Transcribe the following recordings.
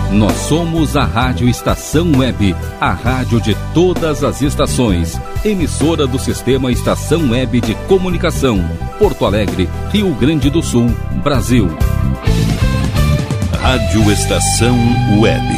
Nós somos a Rádio Estação Web, a rádio de todas as estações. Emissora do Sistema Estação Web de Comunicação. Porto Alegre, Rio Grande do Sul, Brasil. Rádio Estação Web.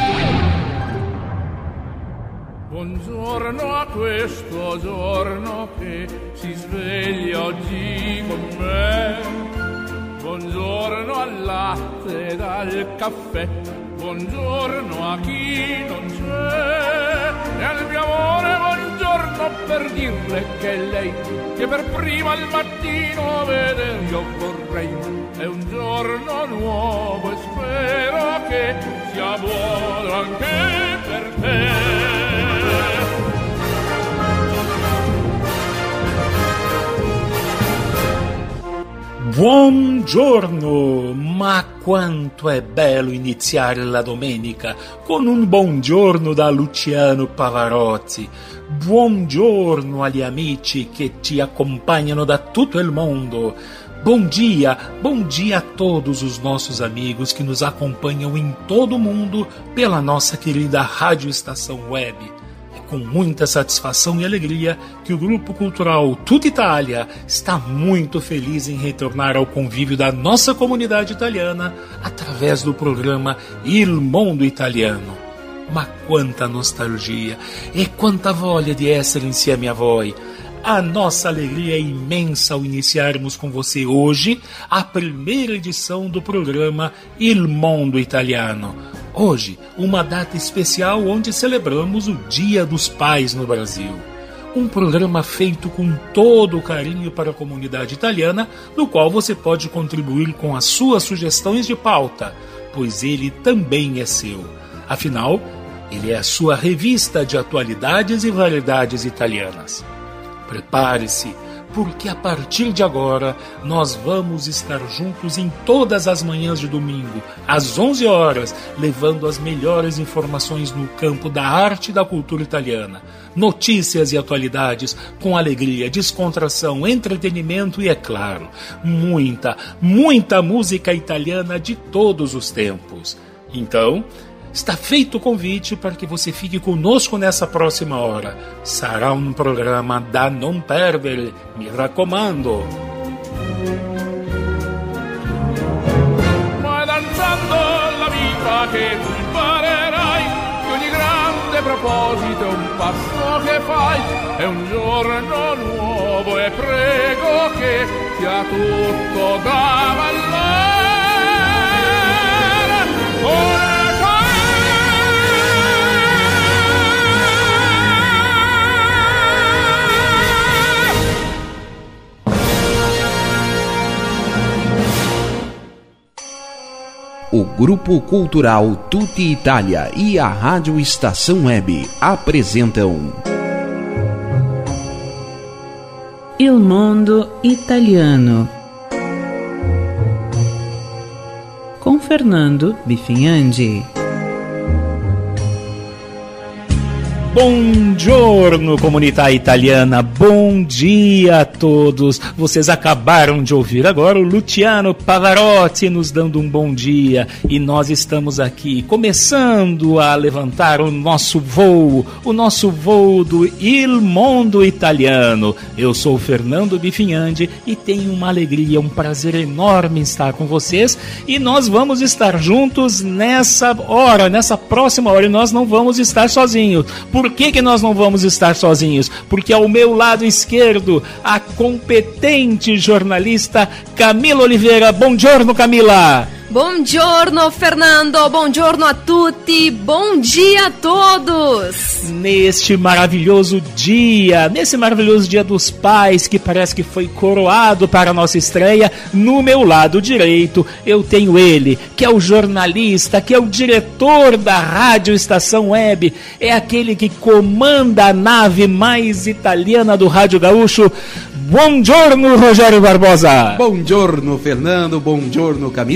Buongiorno a questo giorno che si sveglia oggi con me. Buongiorno al latte e al caffè. Buongiorno a chi non c'è. E al mio amore buongiorno per dirle che è lei che per prima al mattino vedere io vorrei. È un giorno nuovo e spero che sia buono anche per te. Buongiorno, ma quanto è bello iniziare la domenica con un buongiorno da Luciano Pavarotti. Buongiorno agli amici che ci acompanham da tutto il mondo. Bom dia a todos os nossos amigos que nos acompanham em todo o mundo pela nossa querida Rádio Estação Web. Com muita satisfação e alegria que o Grupo Cultural Tutta Italia está muito feliz em retornar ao convívio da nossa comunidade italiana através do programa Il Mondo Italiano. Ma quanta nostalgia e quanta voglia di essere insieme a voi. A nossa alegria é imensa ao iniciarmos com você hoje a primeira edição do programa Il Mondo Italiano. Hoje, uma data especial onde celebramos o Dia dos Pais no Brasil. Um programa feito com todo o carinho para a comunidade italiana, no qual você pode contribuir com as suas sugestões de pauta, pois ele também é seu. Afinal, ele é a sua revista de atualidades e variedades italianas. Prepare-se, porque a partir de agora nós vamos estar juntos em todas as manhãs de domingo, às 11 horas, levando as melhores informações no campo da arte e da cultura italiana. Notícias e atualidades com alegria, descontração, entretenimento e, é claro, muita música italiana de todos os tempos. Então, está feito o convite para que você fique conosco nessa próxima hora. Sarà un programma da non perdere, mi raccomando. Ma è danzando la vita che tu imparerai che ogni grande proposito è un passo che fai. È un giorno nuovo e prego che sia tutto da ballare. O Grupo Cultural Tutta Italia e a Rádio Estação Web apresentam Il Mondo Italiano com Fernando Bifinhandi. Buongiorno, comunità italiana, bom dia a todos. Vocês acabaram de ouvir agora o Luciano Pavarotti nos dando um bom dia. E nós estamos aqui começando a levantar o nosso voo do Il Mondo Italiano. Eu sou o Fernando Bifinhandi e tenho uma alegria, um prazer enorme em estar com vocês. E nós vamos estar juntos nessa próxima hora, e nós não vamos estar sozinhos. Por que nós não vamos estar sozinhos? Porque ao meu lado esquerdo, a competente jornalista Camila Oliveira. Buongiorno, Camila! Buongiorno Fernando, buongiorno a tutti, bom dia a todos! Nesse maravilhoso dia dos pais, que parece que foi coroado para a nossa estreia, no meu lado direito eu tenho ele, que é o jornalista, que é o diretor da Rádio Estação Web, é aquele que comanda a nave mais italiana do Rádio Gaúcho. Buongiorno, Rogério Barbosa! Buongiorno, Fernando, buongiorno, Camila, bom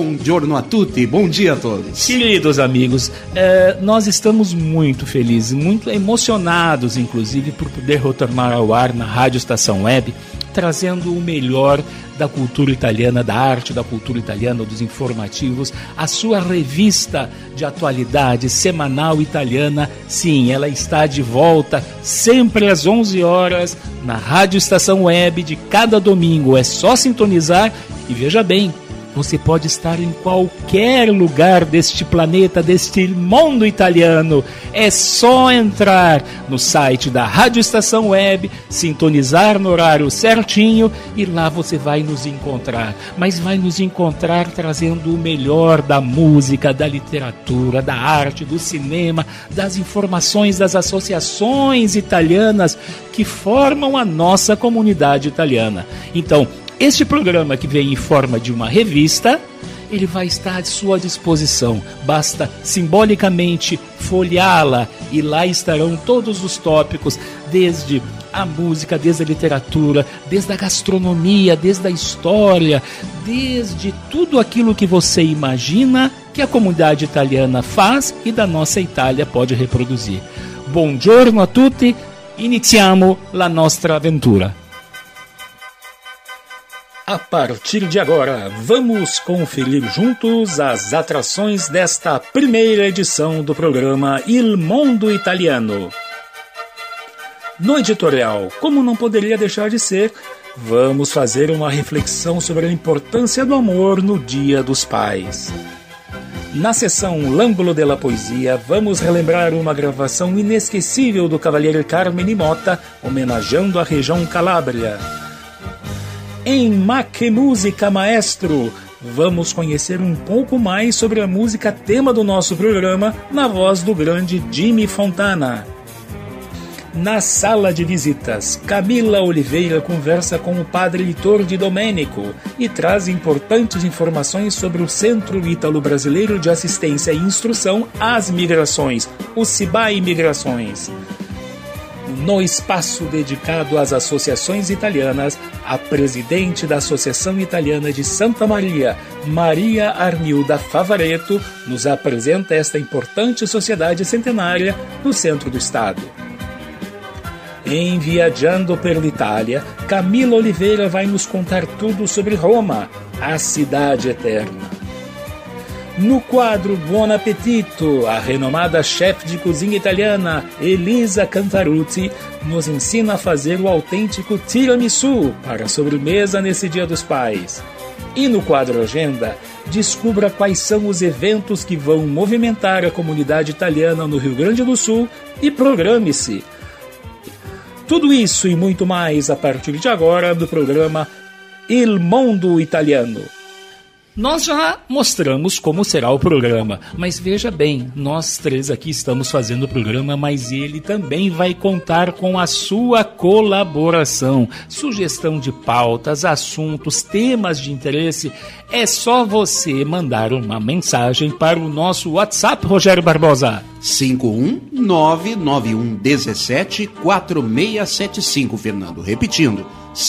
Buongiorno a tutti, bom dia a todos. Queridos amigos, nós estamos muito felizes, muito emocionados, inclusive, por poder retornar ao ar na Rádio Estação Web, trazendo o melhor da cultura italiana, da arte da cultura italiana, dos informativos, a sua revista de atualidade semanal italiana. Sim, ela está de volta sempre às 11 horas na Rádio Estação Web de cada domingo. É só sintonizar e veja bem, você pode estar em qualquer lugar deste planeta, deste mundo italiano. É só entrar no site da Rádio Estação Web, sintonizar no horário certinho e lá você vai nos encontrar. Mas vai nos encontrar trazendo o melhor da música, da literatura, da arte, do cinema, das informações das associações italianas que formam a nossa comunidade italiana. Então, este programa, que vem em forma de uma revista, ele vai estar à sua disposição. Basta simbolicamente folheá-la e lá estarão todos os tópicos, desde a música, desde a literatura, desde a gastronomia, desde a história, desde tudo aquilo que você imagina que a comunidade italiana faz e da nossa Itália pode reproduzir. Buongiorno a tutti, iniziamo la nostra avventura. A partir de agora, vamos conferir juntos as atrações desta primeira edição do programa Il Mondo Italiano. No editorial, como não poderia deixar de ser, vamos fazer uma reflexão sobre a importância do amor no Dia dos Pais. Na sessão L'Angolo della Poesia, vamos relembrar uma gravação inesquecível do Cavaliere Carmine Motta, homenageando a região Calábria. Em Ma che Música Maestro, vamos conhecer um pouco mais sobre a música tema do nosso programa, na voz do grande Jimmy Fontana. Na sala de visitas, Camila Oliveira conversa com o padre Heitor Di Domenico e traz importantes informações sobre o Centro Ítalo-Brasileiro de Assistência e Instrução às Migrações, o CIBAI Migrações. No espaço dedicado às associações italianas, a presidente da Associação Italiana de Santa Maria, Maria Arnilda Favaretto, nos apresenta esta importante sociedade centenária no centro do estado. Em Viaggiando per l'Italia, Camila Oliveira vai nos contar tudo sobre Roma, a cidade eterna. No quadro Buon Appetito, a renomada chefe de cozinha italiana, Elisa Cantaruzzi, nos ensina a fazer o autêntico tiramisu para a sobremesa nesse Dia dos Pais. E no quadro Agenda, descubra quais são os eventos que vão movimentar a comunidade italiana no Rio Grande do Sul e programe-se. Tudo isso e muito mais a partir de agora do programa Il Mondo Italiano. Nós já mostramos como será o programa, mas veja bem, nós três aqui estamos fazendo o programa, mas ele também vai contar com a sua colaboração, sugestão de pautas, assuntos, temas de interesse. É só você mandar uma mensagem para o nosso WhatsApp, Rogério Barbosa. 51991174675, Fernando. Repetindo,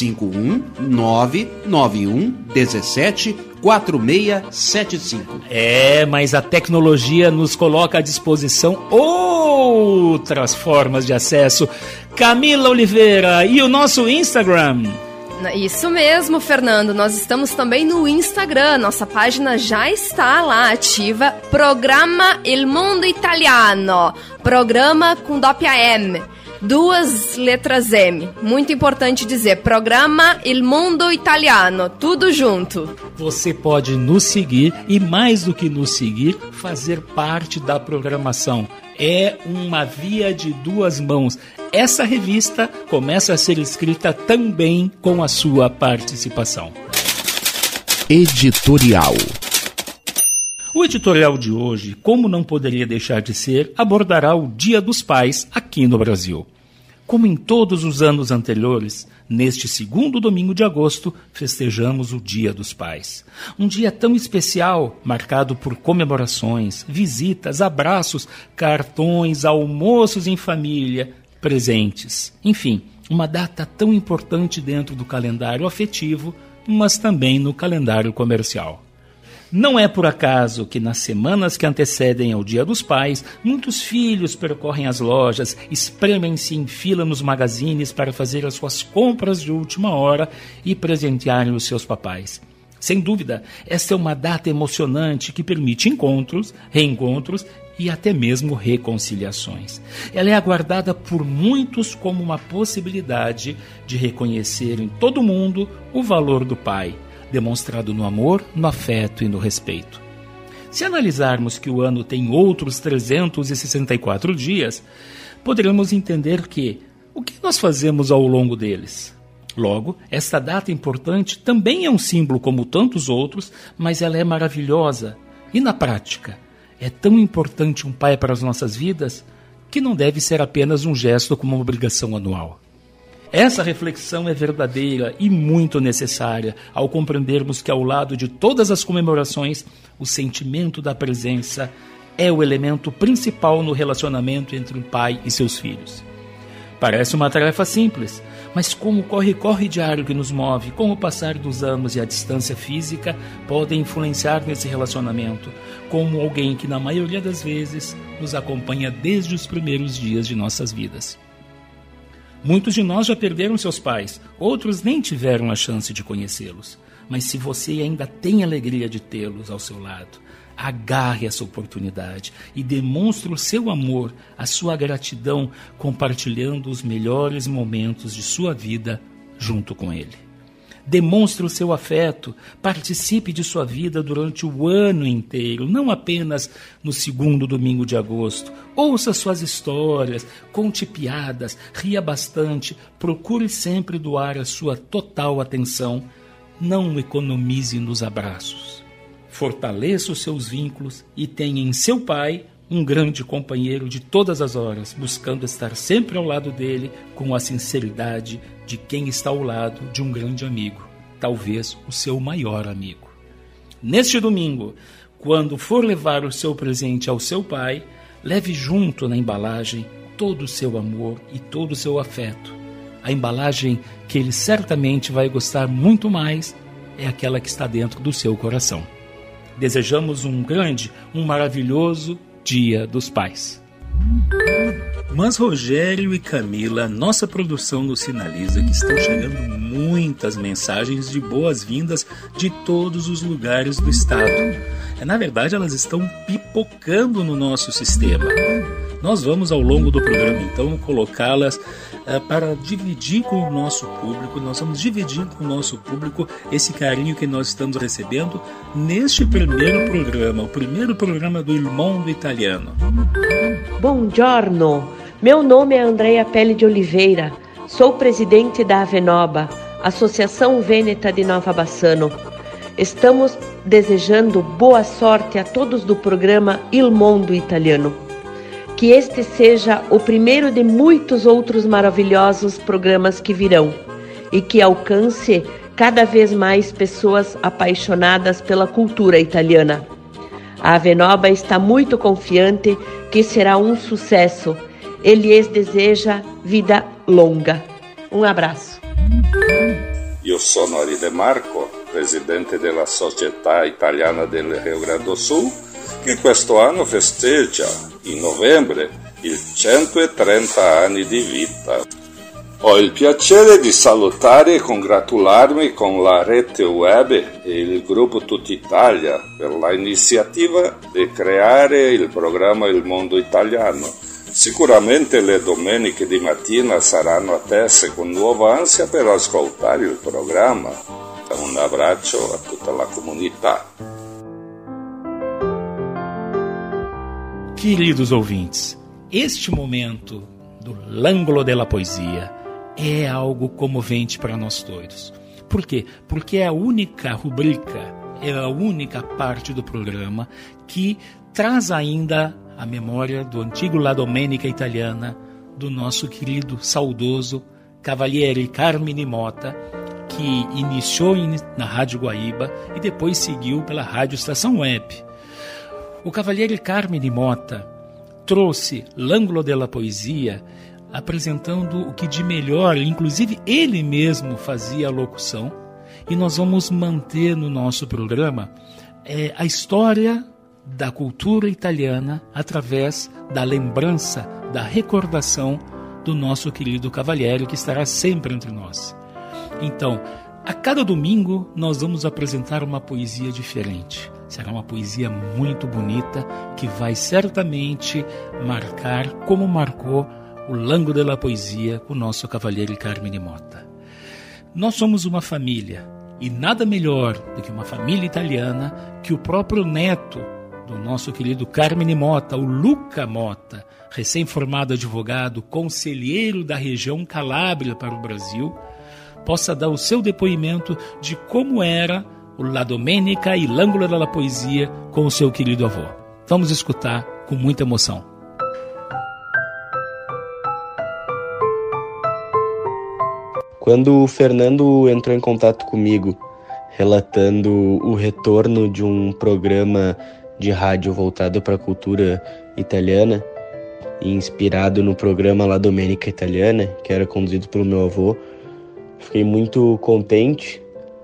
51991174675. Mas a tecnologia nos coloca à disposição outras formas de acesso. Camila Oliveira, e o nosso Instagram? Isso mesmo, Fernando. Nós estamos também no Instagram. Nossa página já está lá ativa. Programa Il Mondo Italiano. Programa com dopia M. 2 letras M. Muito importante dizer. Programa Il Mondo Italiano. Tudo junto. Você pode nos seguir e, mais do que nos seguir, fazer parte da programação. É uma via de duas mãos. Essa revista começa a ser escrita também com a sua participação. Editorial. O editorial de hoje, como não poderia deixar de ser, abordará o Dia dos Pais aqui no Brasil. Como em todos os anos anteriores, neste segundo domingo de agosto, festejamos o Dia dos Pais. Um dia tão especial, marcado por comemorações, visitas, abraços, cartões, almoços em família, presentes. Enfim, uma data tão importante dentro do calendário afetivo, mas também no calendário comercial. Não é por acaso que nas semanas que antecedem ao Dia dos Pais, muitos filhos percorrem as lojas, espremem-se em fila nos magazines para fazer as suas compras de última hora e presentearem os seus papais. Sem dúvida, esta é uma data emocionante que permite encontros, reencontros e até mesmo reconciliações. Ela é aguardada por muitos como uma possibilidade de reconhecer em todo mundo o valor do pai, demonstrado no amor, no afeto e no respeito. Se analisarmos que o ano tem outros 364 dias, poderemos entender que o que nós fazemos ao longo deles? Logo, esta data importante também é um símbolo como tantos outros, mas ela é maravilhosa. E na prática, é tão importante um pai para as nossas vidas que não deve ser apenas um gesto como uma obrigação anual. Essa reflexão é verdadeira e muito necessária ao compreendermos que ao lado de todas as comemorações, o sentimento da presença é o elemento principal no relacionamento entre um pai e seus filhos. Parece uma tarefa simples, mas como o corre-corre diário que nos move, com o passar dos anos e a distância física, podem influenciar nesse relacionamento, como alguém que na maioria das vezes nos acompanha desde os primeiros dias de nossas vidas. Muitos de nós já perderam seus pais, outros nem tiveram a chance de conhecê-los. Mas se você ainda tem alegria de tê-los ao seu lado, agarre essa oportunidade e demonstre o seu amor, a sua gratidão, compartilhando os melhores momentos de sua vida junto com ele. Demonstre o seu afeto, participe de sua vida durante o ano inteiro, não apenas no segundo domingo de agosto. Ouça suas histórias, conte piadas, ria bastante, procure sempre doar a sua total atenção. Não economize nos abraços. Fortaleça os seus vínculos e tenha em seu pai um grande companheiro de todas as horas, buscando estar sempre ao lado dele com a sinceridade de quem está ao lado de um grande amigo, talvez o seu maior amigo. Neste domingo, quando for levar o seu presente ao seu pai, leve junto na embalagem todo o seu amor e todo o seu afeto. A embalagem que ele certamente vai gostar muito mais é aquela que está dentro do seu coração. Desejamos um maravilhoso Dia dos Pais. Mas Rogério e Camila, nossa produção nos sinaliza que estão chegando muitas mensagens de boas-vindas de todos os lugares do estado. Na verdade, elas estão pipocando no nosso sistema. Nós vamos, ao longo do programa, então, colocá-las para dividir com o nosso público. Nós vamos dividir com o nosso público esse carinho que nós estamos recebendo neste primeiro programa, o primeiro programa do Il Mondo Italiano. Buongiorno, meu nome é Andréia Pelle de Oliveira, sou presidente da Avenoba, Associação Vêneta de Nova Bassano. Estamos desejando boa sorte a todos do programa Il Mondo Italiano. Que este seja o primeiro de muitos outros maravilhosos programas que virão e que alcance cada vez mais pessoas apaixonadas pela cultura italiana. A Avenoba está muito confiante que será um sucesso e lhes deseja vida longa. Um abraço. Io sono Aride Marco, presidente della Società Italiana del Rio Grande do Sul, che questo anno festeggia in novembre il 130 anni di vita. Ho il piacere di salutare e congratularmi con la rete web e il gruppo Tutta Italia per la iniziativa di creare il programma Il Mondo Italiano. Sicuramente le domeniche di mattina saranno attese con nuova ansia per ascoltare il programma. Un abbraccio a tutta la comunità. Queridos ouvintes, este momento do L'Angolo della Poesia é algo comovente para nós todos. Por quê? Porque é a única rubrica, é a única parte do programa que traz ainda a memória do antigo La Domenica Italiana, do nosso querido, saudoso Cavaliere Carmine Motta, que iniciou na Rádio Guaíba e depois seguiu pela Rádio Estação Web. O Cavaliere Carmine Motta trouxe L'Angolo della Poesia, apresentando o que de melhor, inclusive ele mesmo fazia a locução, e nós vamos manter no nosso programa a história da cultura italiana através da lembrança, da recordação do nosso querido Cavalieri, que estará sempre entre nós. Então, a cada domingo nós vamos apresentar uma poesia diferente. Será uma poesia muito bonita que vai certamente marcar como marcou o Lango della Poesia com o nosso Cavaliere Carmine Motta. Nós somos uma família e nada melhor do que uma família italiana que o próprio neto do nosso querido Carmine Motta, o Luca Motta, recém-formado advogado, conselheiro da região Calábria para o Brasil, possa dar o seu depoimento de como era o La Domenica e l'Angolo della Poesia com o seu querido avô. Vamos escutar com muita emoção. Quando o Fernando entrou em contato comigo, relatando o retorno de um programa de rádio voltado para a cultura italiana, inspirado no programa La Domenica Italiana, que era conduzido pelo meu avô, fiquei muito contente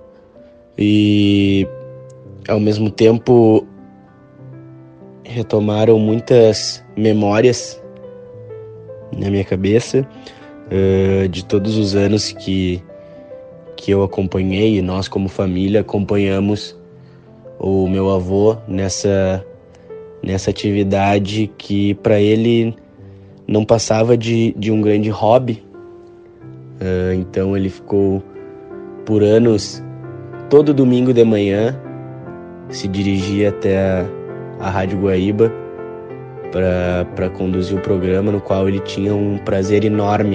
e, ao mesmo tempo, retomaram muitas memórias na minha cabeça de todos os anos que eu acompanhei, e nós como família acompanhamos o meu avô nessa atividade que para ele não passava de um grande hobby. Então ele ficou por anos, todo domingo de manhã, se dirigia até a Rádio Guaíba para conduzir o programa, no qual ele tinha um prazer enorme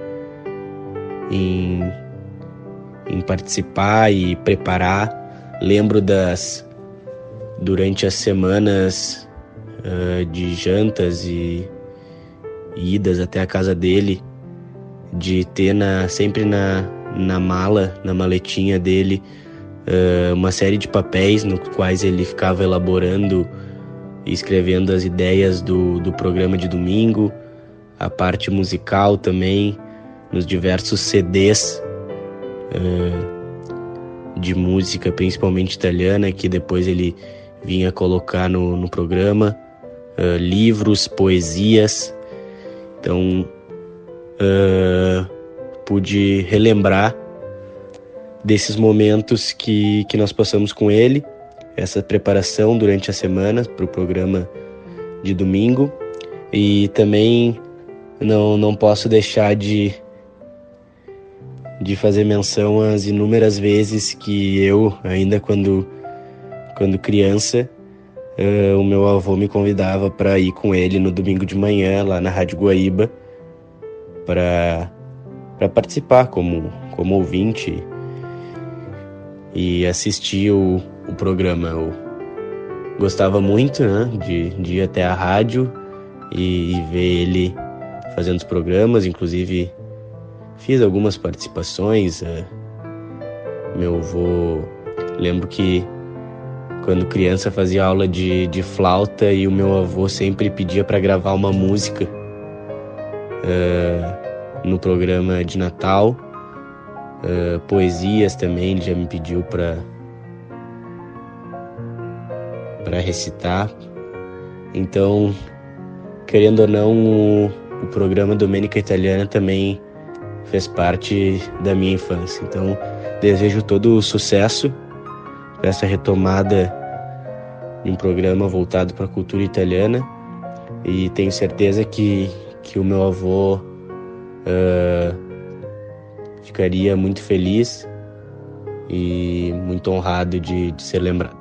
em participar e preparar. Lembro durante as semanas de jantas e idas até a casa dele, de ter sempre na maletinha dele, uma série de papéis nos quais ele ficava elaborando e escrevendo as ideias do programa de domingo, a parte musical também, nos diversos CDs de música, principalmente italiana, que depois ele vinha colocar no programa, livros, poesias. Então, pude relembrar desses momentos que nós passamos com ele, essa preparação durante a semana para o programa de domingo. E também não posso deixar de fazer menção às inúmeras vezes que eu, ainda quando criança, o meu avô me convidava para ir com ele no domingo de manhã lá na Rádio Guaíba para participar como ouvinte e assistir o programa. Eu gostava muito, né, de ir até a rádio e ver ele fazendo os programas. Inclusive fiz algumas participações. Meu avô, lembro que quando criança fazia aula de flauta e o meu avô sempre pedia para gravar uma música no programa de Natal. Poesias também ele já me pediu para recitar. Então, querendo ou não, o programa Domenica Italiana também fez parte da minha infância. Então, desejo todo o sucesso para essa retomada de um programa voltado para a cultura italiana, e tenho certeza que o meu avô ficaria muito feliz e muito honrado de ser lembrado.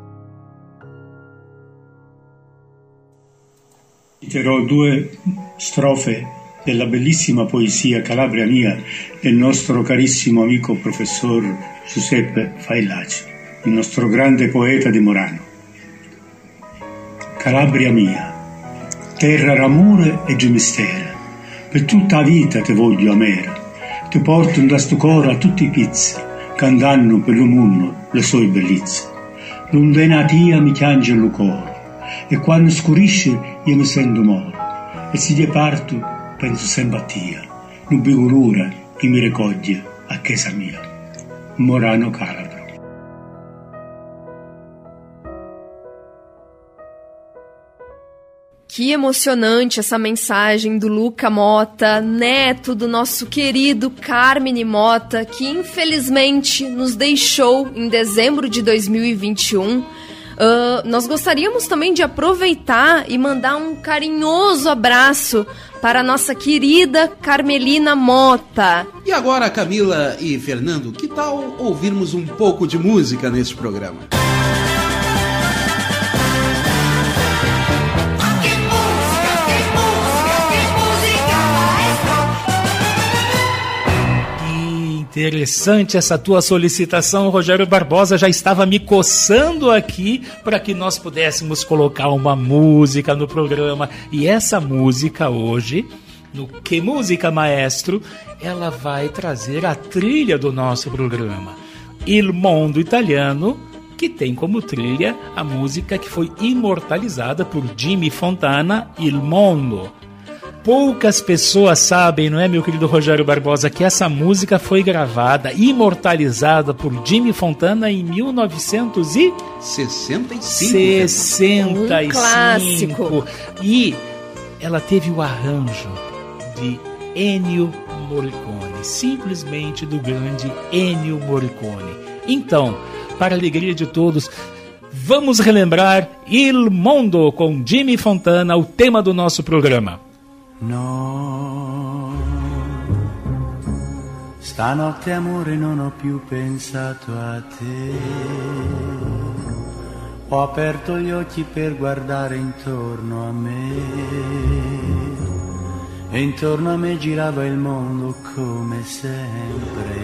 Citerò 2 strofe della bellissima poesia Calabria mia del nostro carissimo amico professor Giuseppe Faillacci, il nostro grande poeta di Morano. Calabria mia, terra d'amore e di mistero, per tutta la vita te voglio amere, ti porto in sto cuore a tutti i pizzi, cantando per il mondo le sue bellezze. L'ondena tia mi piange il cuore, e quando scurisce io mi sento male, e se io parto penso sempre a tia, non bevo l'ora che mi raccoglie a casa mia. Morano Calabro. Que emocionante essa mensagem do Luca Mota, neto do nosso querido Carmine Mota, que infelizmente nos deixou em dezembro de 2021. Nós gostaríamos também de aproveitar e mandar um carinhoso abraço para a nossa querida Carmelina Mota. E agora, Camila e Fernando, que tal ouvirmos um pouco de música nesse programa? Interessante essa tua solicitação, Rogério Barbosa. Já estava me coçando aqui para que nós pudéssemos colocar uma música no programa. E essa música hoje, no Que Música Maestro, ela vai trazer a trilha do nosso programa. Il Mondo Italiano, que tem como trilha a música que foi imortalizada por Jimmy Fontana, Il Mondo. Poucas pessoas sabem, não é, meu querido Rogério Barbosa, que essa música foi gravada, imortalizada por Jimmy Fontana em 1965. Um clássico. E ela teve o arranjo de Ennio Morricone, simplesmente do grande Ennio Morricone. Então, para a alegria de todos, vamos relembrar Il Mondo com Jimmy Fontana, o tema do nosso programa. No, stanotte amore non ho più pensato a te, ho aperto gli occhi per guardare intorno a me, e intorno a me girava il mondo come sempre.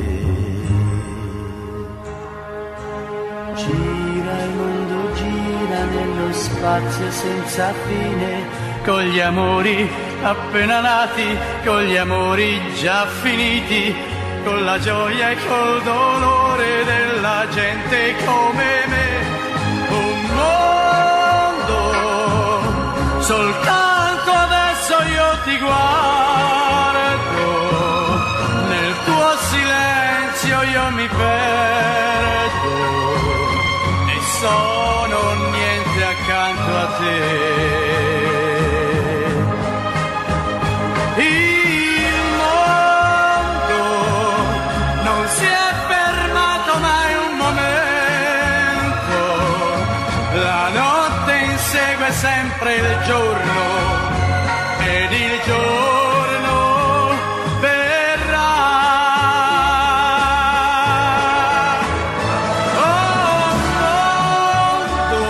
Gira il mondo, gira nello spazio senza fine, con gli amori appena nati, con gli amori già finiti, con la gioia e col dolore della gente come me. Un mondo, soltanto adesso io ti guardo, nel tuo silenzio io mi perdo e sono niente accanto a te. Sempre il giorno ed il giorno verrà. Oh mondo,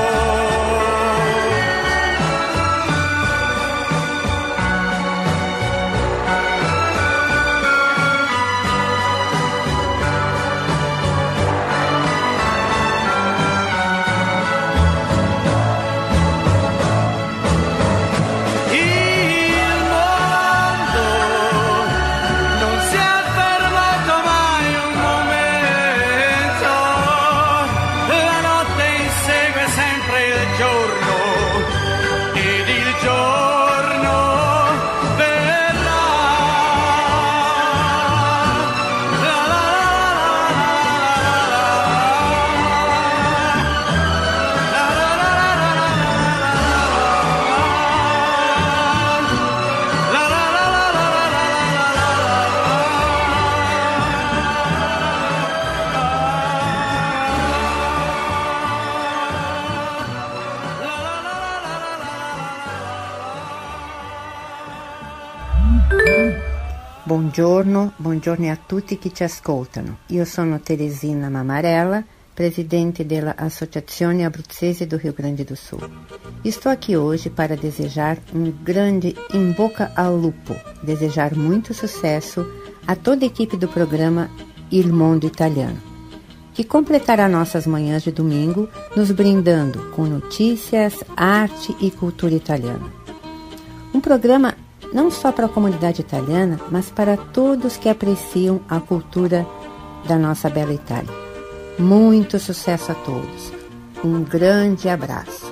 Buongiorno a tutti che ci ascoltano. Io sono Teresina Mamarella, presidente della Associazione Abruzzese do Rio Grande do Sul. Estou aqui hoje para desejar grande in bocca al lupo, desejar muito sucesso a toda a equipe do programa Il Mondo Italiano, que completará nossas manhãs de domingo nos brindando com notícias, arte e cultura italiana. Um programa não só para a comunidade italiana, mas para todos que apreciam a cultura da nossa bela Itália. Muito sucesso a todos. Um grande abraço.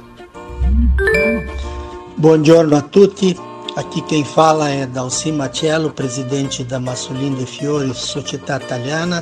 Buongiorno a tutti. Aqui quem fala é Dalci Maciello, presidente da Massolin de Fiori Società Italiana,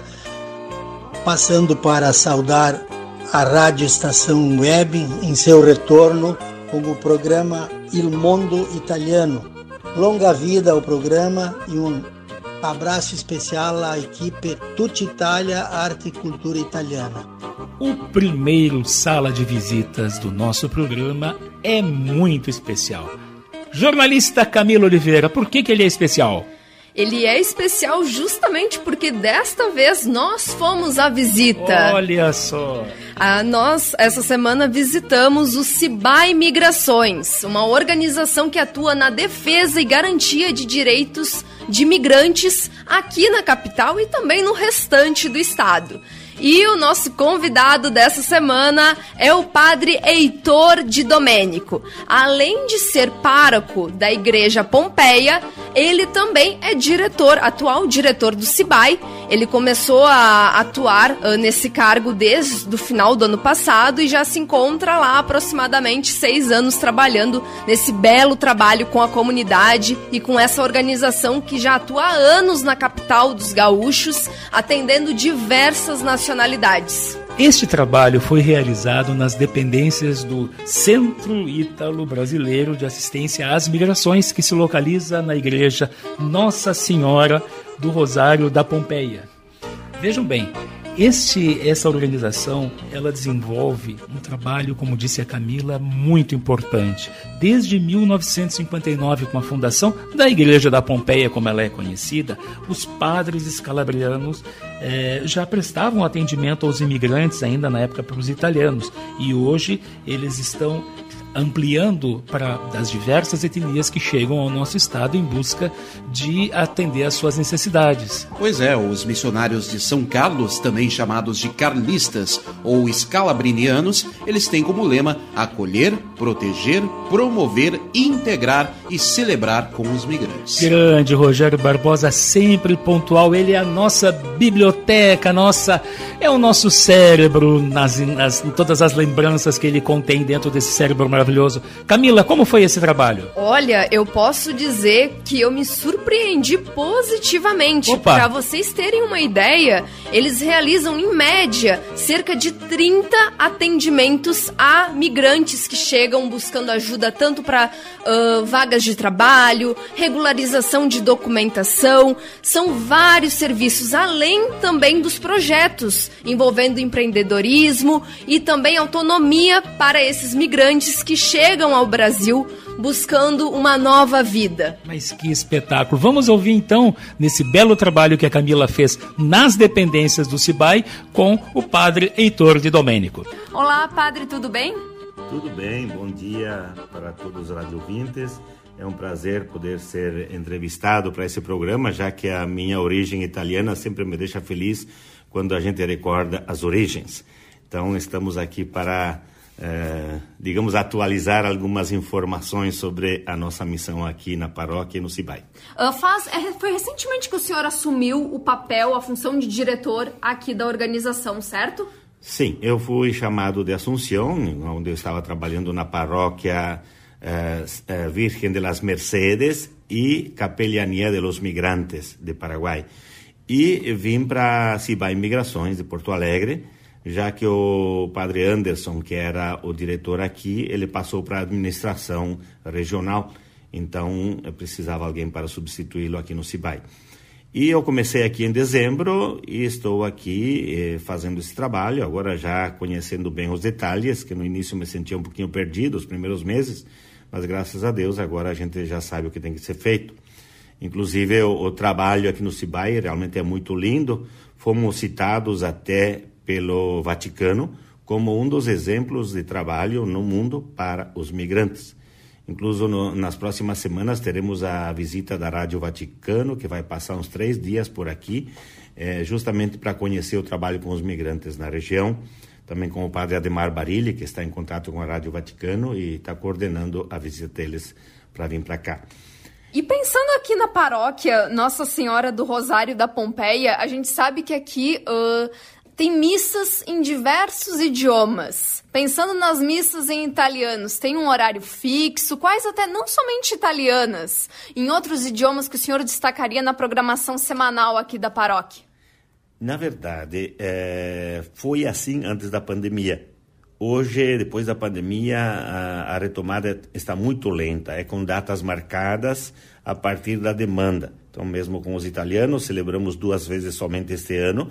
passando para saudar a Rádio Estação Web em seu retorno com o programa Il Mondo Italiano. Longa vida ao programa e um abraço especial à equipe Tutti Italia Arte e Cultura Italiana. O primeiro sala de visitas do nosso programa é muito especial. Jornalista Camila Oliveira, por que ele é especial? Ele é especial justamente porque desta vez nós fomos à visita. Olha só! Nós, essa semana, visitamos o Cibai Migrações, uma organização que atua na defesa e garantia de direitos de imigrantes aqui na capital e também no restante do estado. E o nosso convidado dessa semana é o padre Heitor de Domênico. Além de ser pároco da Igreja Pompeia, ele também é atual diretor do Cibai. Ele começou a atuar nesse cargo desde o final do ano passado e já se encontra lá há aproximadamente 6 anos trabalhando nesse belo trabalho com a comunidade e com essa organização que já atua há anos na capital dos gaúchos, atendendo diversas nacionalidades. Este trabalho foi realizado nas dependências do Centro Ítalo-Brasileiro de Assistência às Migrações, que se localiza na Igreja Nossa Senhora do Rosário da Pompeia. Vejam bem, essa organização, ela desenvolve um trabalho, como disse a Camila, muito importante. Desde 1959, com a fundação da Igreja da Pompeia, como ela é conhecida, os padres escalabrianos já prestavam atendimento aos imigrantes, ainda na época para os italianos. E hoje eles estão ampliando para das diversas etnias que chegam ao nosso estado em busca de atender às suas necessidades. Pois é, os missionários de São Carlos, também chamados de carlistas ou escalabrinianos, eles têm como lema acolher, proteger, promover, integrar e celebrar com os migrantes. Grande Rogério Barbosa, sempre pontual, ele é a nossa biblioteca, é o nosso cérebro, em todas as lembranças que ele contém dentro desse cérebro maravilhoso. Camila, como foi esse trabalho? Olha, eu posso dizer que eu me surpreendi positivamente. Para vocês terem uma ideia, eles realizam em média cerca de 30 atendimentos a migrantes que chegam buscando ajuda tanto para vagas de trabalho, regularização de documentação. São vários serviços, além também dos projetos envolvendo empreendedorismo e também autonomia para esses migrantes que chegam ao Brasil buscando uma nova vida. Mas que espetáculo! Vamos ouvir então, nesse belo trabalho que a Camila fez nas dependências do Cibai, com o padre Heitor de Domênico. Olá, padre, tudo bem? Tudo bem, bom dia para todos os radiovintes. É um prazer poder ser entrevistado para esse programa, já que a minha origem italiana sempre me deixa feliz quando a gente recorda as origens. Então, estamos aqui para digamos, atualizar algumas informações sobre a nossa missão aqui na paróquia e no Cibai. Foi recentemente que o senhor assumiu o papel, a função de diretor aqui da organização, certo? Sim, eu fui chamado de Assunção, onde eu estava trabalhando na paróquia Virgen de las Mercedes e Capelania de los Migrantes de Paraguai. E vim para Cibai Migrações de Porto Alegre, já que o padre Anderson, que era o diretor aqui, ele passou para a administração regional, então eu precisava de alguém para substituí-lo aqui no Cibai. E eu comecei aqui em dezembro e estou aqui fazendo esse trabalho, agora já conhecendo bem os detalhes, que no início me sentia um pouquinho perdido, os primeiros meses, mas graças a Deus agora a gente já sabe o que tem que ser feito. Inclusive o trabalho aqui no Cibai realmente é muito lindo, fomos citados até pelo Vaticano como um dos exemplos de trabalho no mundo para os migrantes. Incluso nas próximas semanas teremos a visita da Rádio Vaticano, que vai passar uns 3 dias por aqui, justamente para conhecer o trabalho com os migrantes na região, também com o padre Ademar Barilli, que está em contato com a Rádio Vaticano e está coordenando a visita deles para vir para cá. E pensando aqui na paróquia Nossa Senhora do Rosário da Pompeia, a gente sabe que aqui tem missas em diversos idiomas. Pensando nas missas em italianos, tem um horário fixo, quais até não somente italianas, em outros idiomas que o senhor destacaria na programação semanal aqui da paróquia? Na verdade, foi assim antes da pandemia. hoje, depois da pandemia, a retomada está muito lenta, é com datas marcadas a partir da demanda. Então, mesmo com os italianos, celebramos 2 vezes somente este ano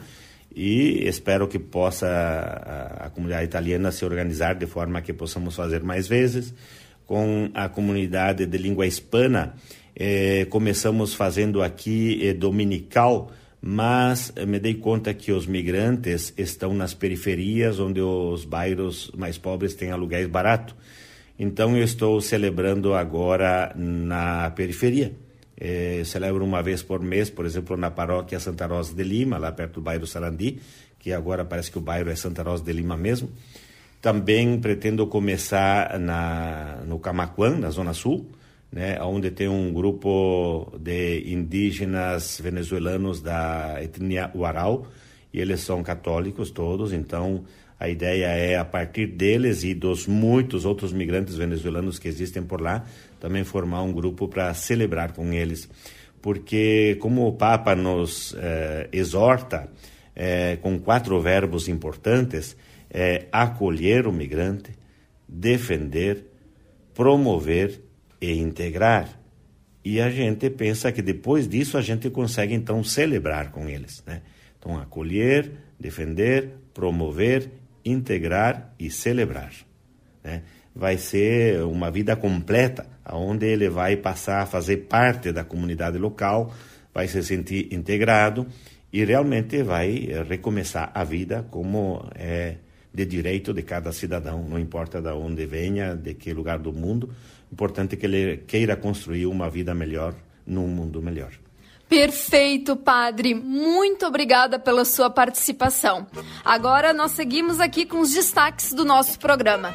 e espero que possa a comunidade italiana se organizar de forma que possamos fazer mais vezes. Com a comunidade de língua hispana, começamos fazendo aqui dominical, mas me dei conta que os migrantes estão nas periferias, onde os bairros mais pobres têm aluguéis baratos. Então, eu estou celebrando agora na periferia. Celebro uma vez por mês, por exemplo, na paróquia Santa Rosa de Lima, lá perto do bairro Sarandi, que agora parece que o bairro é Santa Rosa de Lima mesmo. Também pretendo começar no Camaquã, na Zona Sul, né, onde tem um grupo de indígenas venezuelanos da etnia Huaral, e eles são católicos todos, então a ideia é, a partir deles e dos muitos outros migrantes venezuelanos que existem por lá, também formar um grupo para celebrar com eles. Porque, como o Papa nos exorta, com 4 verbos importantes, acolher o migrante, defender, promover e integrar. E a gente pensa que depois disso a gente consegue então celebrar com eles, né? Então, acolher, defender, promover, integrar e celebrar, né? Vai ser uma vida completa, onde ele vai passar a fazer parte da comunidade local, vai se sentir integrado e realmente vai recomeçar a vida como é de direito de cada cidadão, não importa de onde venha, de que lugar do mundo. Importante que ele queira construir uma vida melhor num mundo melhor. Perfeito, padre. Muito obrigada pela sua participação. Agora nós seguimos aqui com os destaques do nosso programa.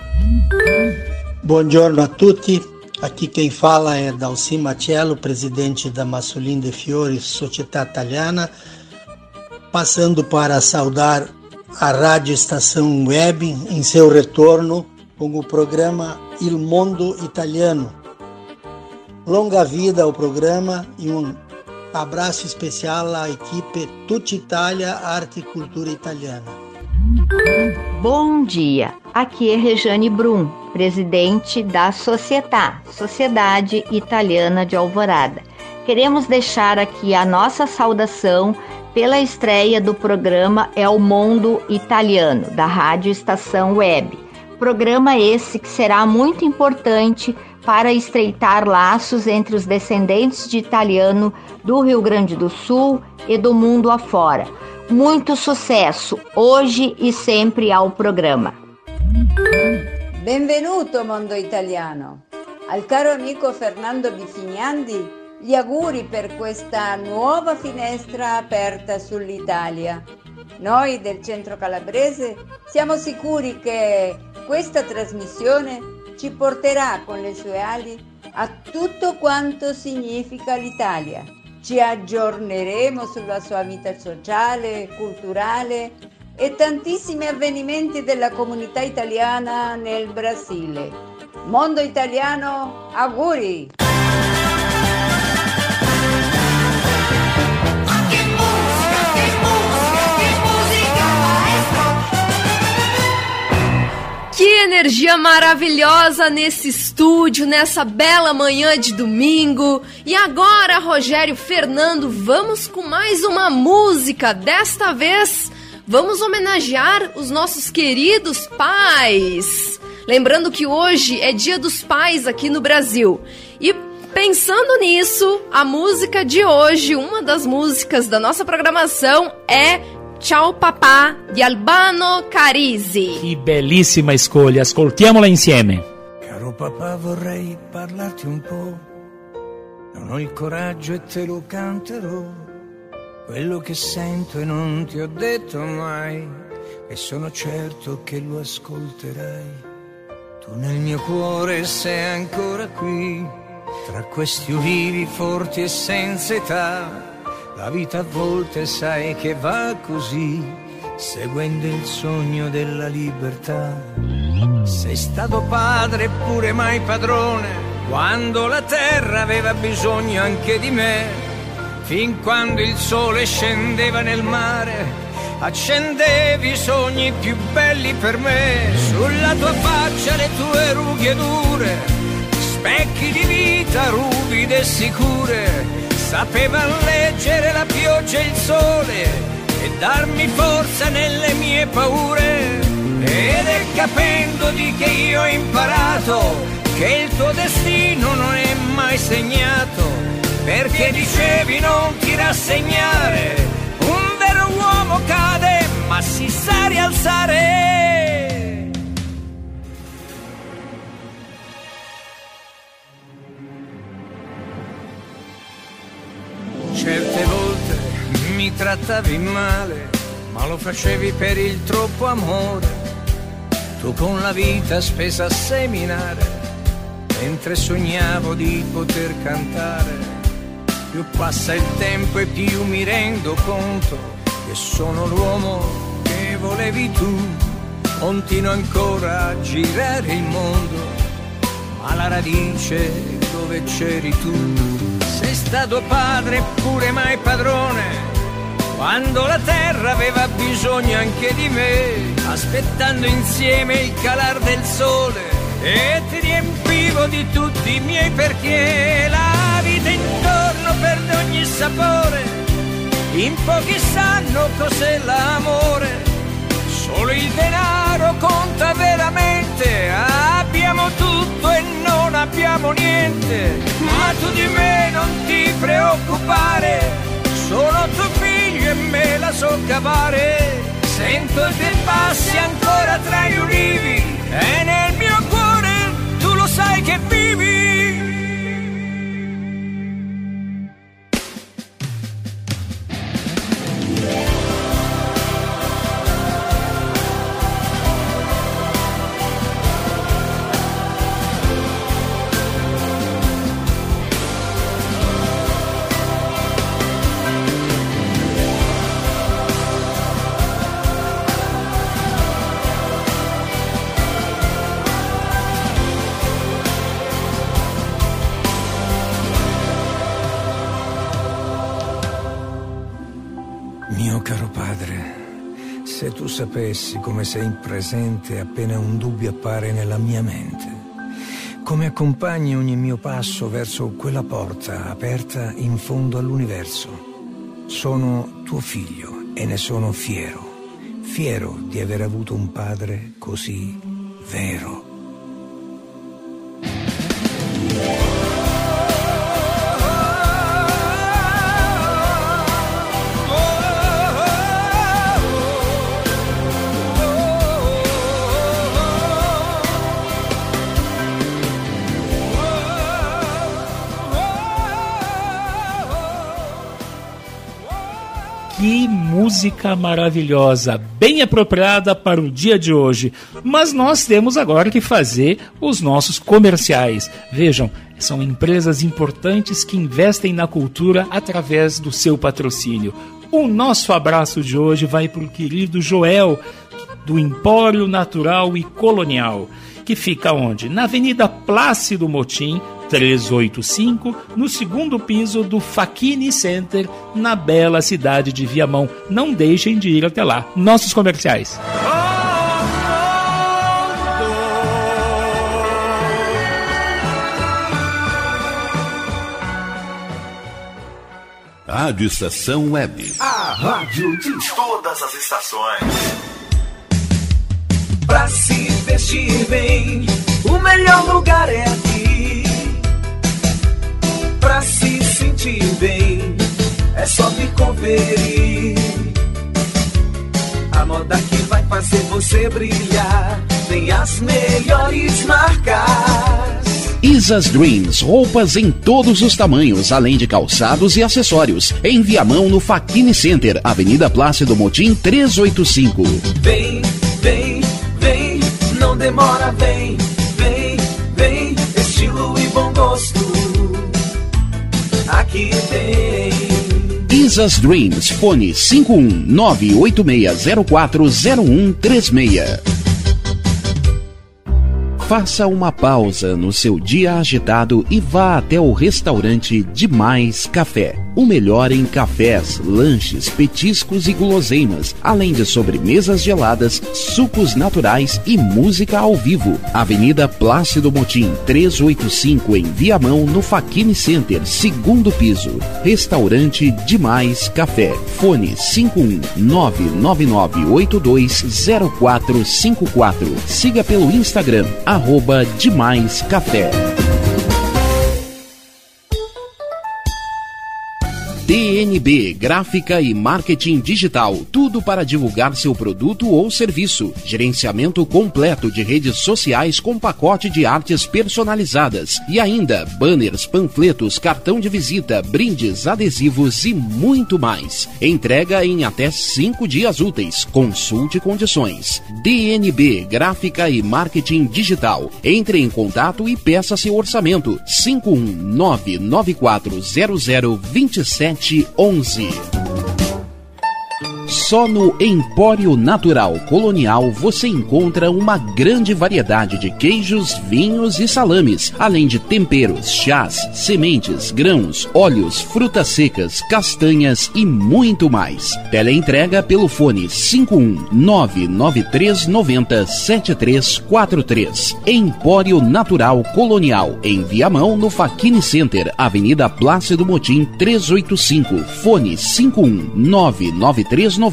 Buongiorno a tutti. Aqui quem fala é Dalci Maciello, presidente da Massolin de Fiori Società Italiana, passando para saudar a Rádio Estação Web em seu retorno com o programa Il Mondo Italiano. Longa vida ao programa e um abraço especial à equipe Tutta Italia Arte e Cultura Italiana. Bom dia, aqui é Rejane Brum, presidente da Società, Sociedade Italiana de Alvorada. Queremos deixar aqui a nossa saudação pela estreia do programa El Mondo Italiano, da Rádio Estação Web. Programa esse que será muito importante para estreitar laços entre os descendentes de italiano do Rio Grande do Sul e do mundo afora. Muito sucesso hoje e sempre ao programa. Benvenuto Mondo Italiano. Al caro amico Fernando Bifignandi, gli auguri per questa nuova finestra aperta sull'Italia. Noi del centro calabrese siamo sicuri che questa trasmissione ci porterà con le sue ali a tutto quanto significa l'Italia. Ci aggiorneremo sulla sua vita sociale, culturale e tantissimi avvenimenti della comunità italiana nel Brasile. Mondo Italiano, auguri! Que energia maravilhosa nesse estúdio, nessa bela manhã de domingo. E agora, Rogério, Fernando, vamos com mais uma música. Desta vez, vamos homenagear os nossos queridos pais. Lembrando que hoje é Dia dos Pais aqui no Brasil. E pensando nisso, a música de hoje, uma das músicas da nossa programação é Ciao Papà di Albano Carisi. Che bellissima escolha, ascoltiamola insieme. Caro papà, vorrei parlarti un po', non ho il coraggio e te lo canterò, quello che sento e non ti ho detto mai, e sono certo che lo ascolterai. Tu nel mio cuore sei ancora qui, tra questi ulivi forti e senza età. La vita a volte sai che va così, seguendo il sogno della libertà. Sei stato padre e pure mai padrone, quando la terra aveva bisogno anche di me, fin quando il sole scendeva nel mare accendevi i sogni più belli per me, sulla tua faccia le tue rughe dure, specchi di vita ruvide e sicure, sapevan leggere la pioggia e il sole e darmi forza nelle mie paure. Ed è capendo di che io ho imparato che il tuo destino non è mai segnato, perché dicevi non ti rassegnare, un vero uomo cade ma si sa rialzare. Certe volte mi trattavi male, ma lo facevi per il troppo amore. Tu con la vita spesa a seminare, mentre sognavo di poter cantare. Più passa il tempo e più mi rendo conto che sono l'uomo che volevi tu. Continuo ancora a girare il mondo, ma la radice dove c'eri tu. Sei stato padre pure mai padrone, quando la terra aveva bisogno anche di me, aspettando insieme il calar del sole, e ti riempivo di tutti i miei perché. La vita intorno perde ogni sapore, in pochi sanno cos'è l'amore, solo il denaro conta veramente. Abbiamo tutto e non abbiamo niente, ma tu di me non ti preoccupare, sono tuo figlio e me la so cavare. Sento i tuoi passi ancora tra gli ulivi e nel mio cuore tu lo sai che vivi. Se tu sapessi come sei presente appena un dubbio appare nella mia mente, come accompagni ogni mio passo verso quella porta aperta in fondo all'universo. Sono tuo figlio e ne sono fiero di aver avuto un padre così vero. Que música maravilhosa, bem apropriada para o dia de hoje. Mas nós temos agora que fazer os nossos comerciais. Vejam, são empresas importantes que investem na cultura através do seu patrocínio. O nosso abraço de hoje vai para o querido Joel, do Empório Natural e Colonial, que fica onde? Na Avenida Plácido Motim, 385, no segundo piso do Facchini Center, na bela cidade de Viamão. Não deixem de ir até lá. Nossos comerciais. Rádio Estação Web. A rádio de todas as estações. Pra se vestir bem, o melhor lugar é aqui. Pra se sentir bem, é só me conferir. A moda que vai fazer você brilhar tem as melhores marcas. Isas Dreams, roupas em todos os tamanhos, além de calçados e acessórios. Em Viamão, no Facchini Center, Avenida Plácido Motim, 385. Vem, vem, vem, não demora, vem, vem, vem, estilo e bom gosto, aqui tem. Isas Dreams, fone 51986040136. Faça uma pausa no seu dia agitado e vá até o restaurante Demais Café. O melhor em cafés, lanches, petiscos e guloseimas, além de sobremesas geladas, sucos naturais e música ao vivo. Avenida Plácido Motim, 385 em Viamão, no Facchini Center, segundo piso. Restaurante Demais Café. Fone 51999820454. Siga pelo Instagram, @Demais Café. DNB, Gráfica e Marketing Digital, tudo para divulgar seu produto ou serviço. Gerenciamento completo de redes sociais com pacote de artes personalizadas. E ainda, banners, panfletos, cartão de visita, brindes, adesivos e muito mais. Entrega em até 5 dias úteis. Consulte condições. DNB, Gráfica e Marketing Digital. Entre em contato e peça seu orçamento. 51994002711. Só no Empório Natural Colonial você encontra uma grande variedade de queijos, vinhos e salames, além de temperos, chás, sementes, grãos, óleos, frutas secas, castanhas e muito mais. Teleentrega pelo fone 51993907343. Empório Natural Colonial, em Viamão, no Facchini Center, Avenida Plácido Motim, 385. Fone 51993907343.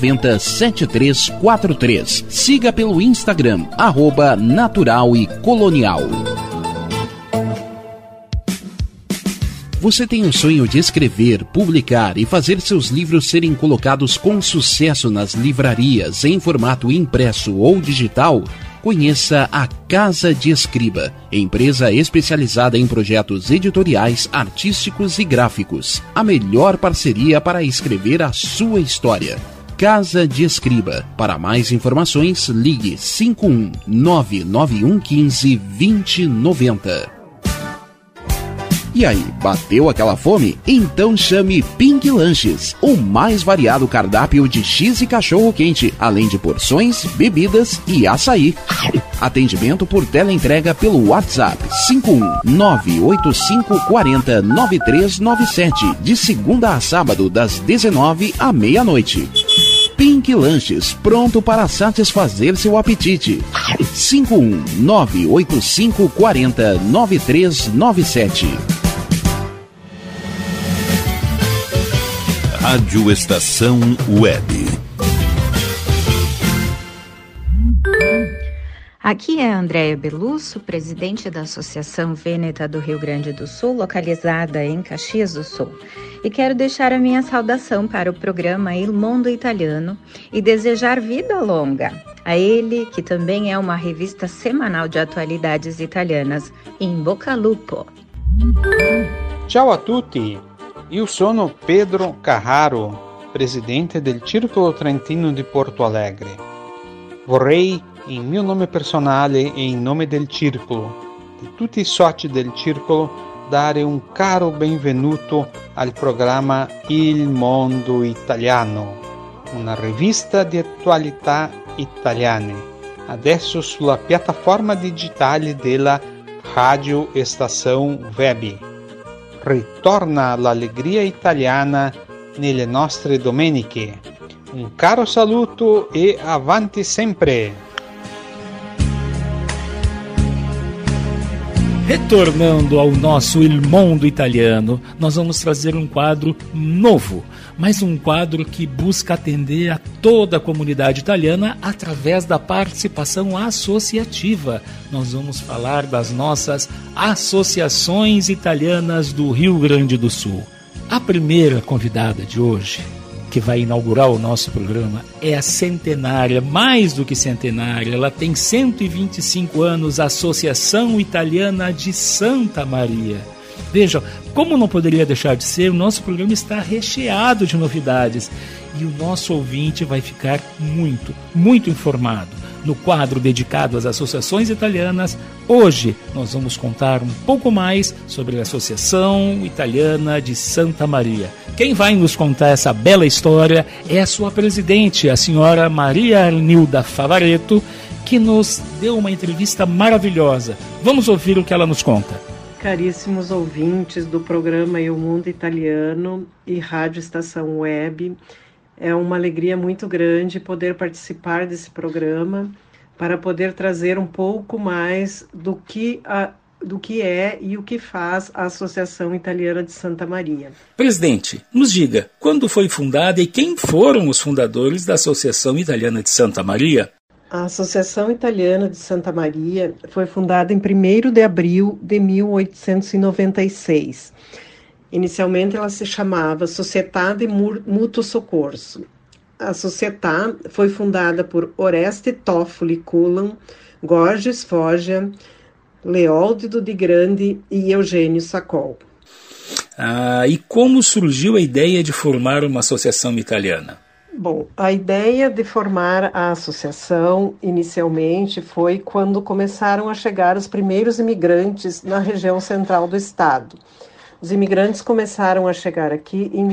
Siga pelo Instagram, @natural e colonial. Você tem o sonho de escrever, publicar e fazer seus livros serem colocados com sucesso nas livrarias em formato impresso ou digital? Conheça a Casa de Escriba, empresa especializada em projetos editoriais, artísticos e gráficos. A melhor parceria para escrever a sua história. Casa de Escriba. Para mais informações, ligue 51991152090. E aí, bateu aquela fome? Então chame Pink Lanches, o mais variado cardápio de X e cachorro quente, além de porções, bebidas e açaí. Atendimento por teleentrega pelo WhatsApp 51985409397, de segunda a sábado das 19 à meia-noite. Pink Lanches, pronto para satisfazer seu apetite. 51985409397. Rádio Estação Web. Aqui é a Andréia Belusso, presidente da Associação Vêneta do Rio Grande do Sul, localizada em Caxias do Sul. E quero deixar a minha saudação para o programa Il Mondo Italiano e desejar vida longa a ele, que também é uma revista semanal de atualidades italianas. In bocca al lupo! Ciao a tutti! Io sono Pedro Carraro, presidente del Circolo Trentino di Porto Alegre. Vorrei, in mio nome personale e in nome del Circolo, di tutti i soci del Circolo, dare un caro benvenuto al programma Il Mondo Italiano, una rivista di attualità italiane, adesso sulla piattaforma digitale della Radio Estação Web. Ritorna l'allegria italiana nelle nostre domeniche. Un caro saluto e avanti sempre! Retornando ao nosso Il Mondo Italiano, nós vamos trazer um quadro novo, mas um quadro que busca atender a toda a comunidade italiana através da participação associativa. Nós vamos falar das nossas associações italianas do Rio Grande do Sul. A primeira convidada de hoje, que vai inaugurar o nosso programa, é a centenária, mais do que centenária. Ela tem 125 anos, a Associação Italiana de Santa Maria. Vejam, como não poderia deixar de ser, o nosso programa está recheado de novidades e o nosso ouvinte vai ficar muito informado. No quadro dedicado às associações italianas, hoje nós vamos contar um pouco mais sobre a Associação Italiana de Santa Maria. Quem vai nos contar essa bela história é a sua presidente, a senhora Maria Arnilda Favaretto, que nos deu uma entrevista maravilhosa. Vamos ouvir o que ela nos conta. caríssimos ouvintes do programa Il Mondo Italiano e Rádio Estação Web. É uma alegria muito grande poder participar desse programa para poder trazer um pouco mais do que é e o que faz a Associação Italiana de Santa Maria. Presidente, nos diga, quando foi fundada e quem foram os fundadores da Associação Italiana de Santa Maria? A Associação Italiana de Santa Maria foi fundada em 1º de abril de 1896. Inicialmente ela se chamava Società di Mutuo Soccorso. A Società foi fundada por Oreste Toffoli Cullen, Gorges Foggia, Leódido de Grande e Eugênio Sacol. E como surgiu a ideia de formar uma associação italiana? Bom, a ideia de formar a associação inicialmente foi quando começaram a chegar os primeiros imigrantes na região central do estado. Os imigrantes começaram a chegar aqui em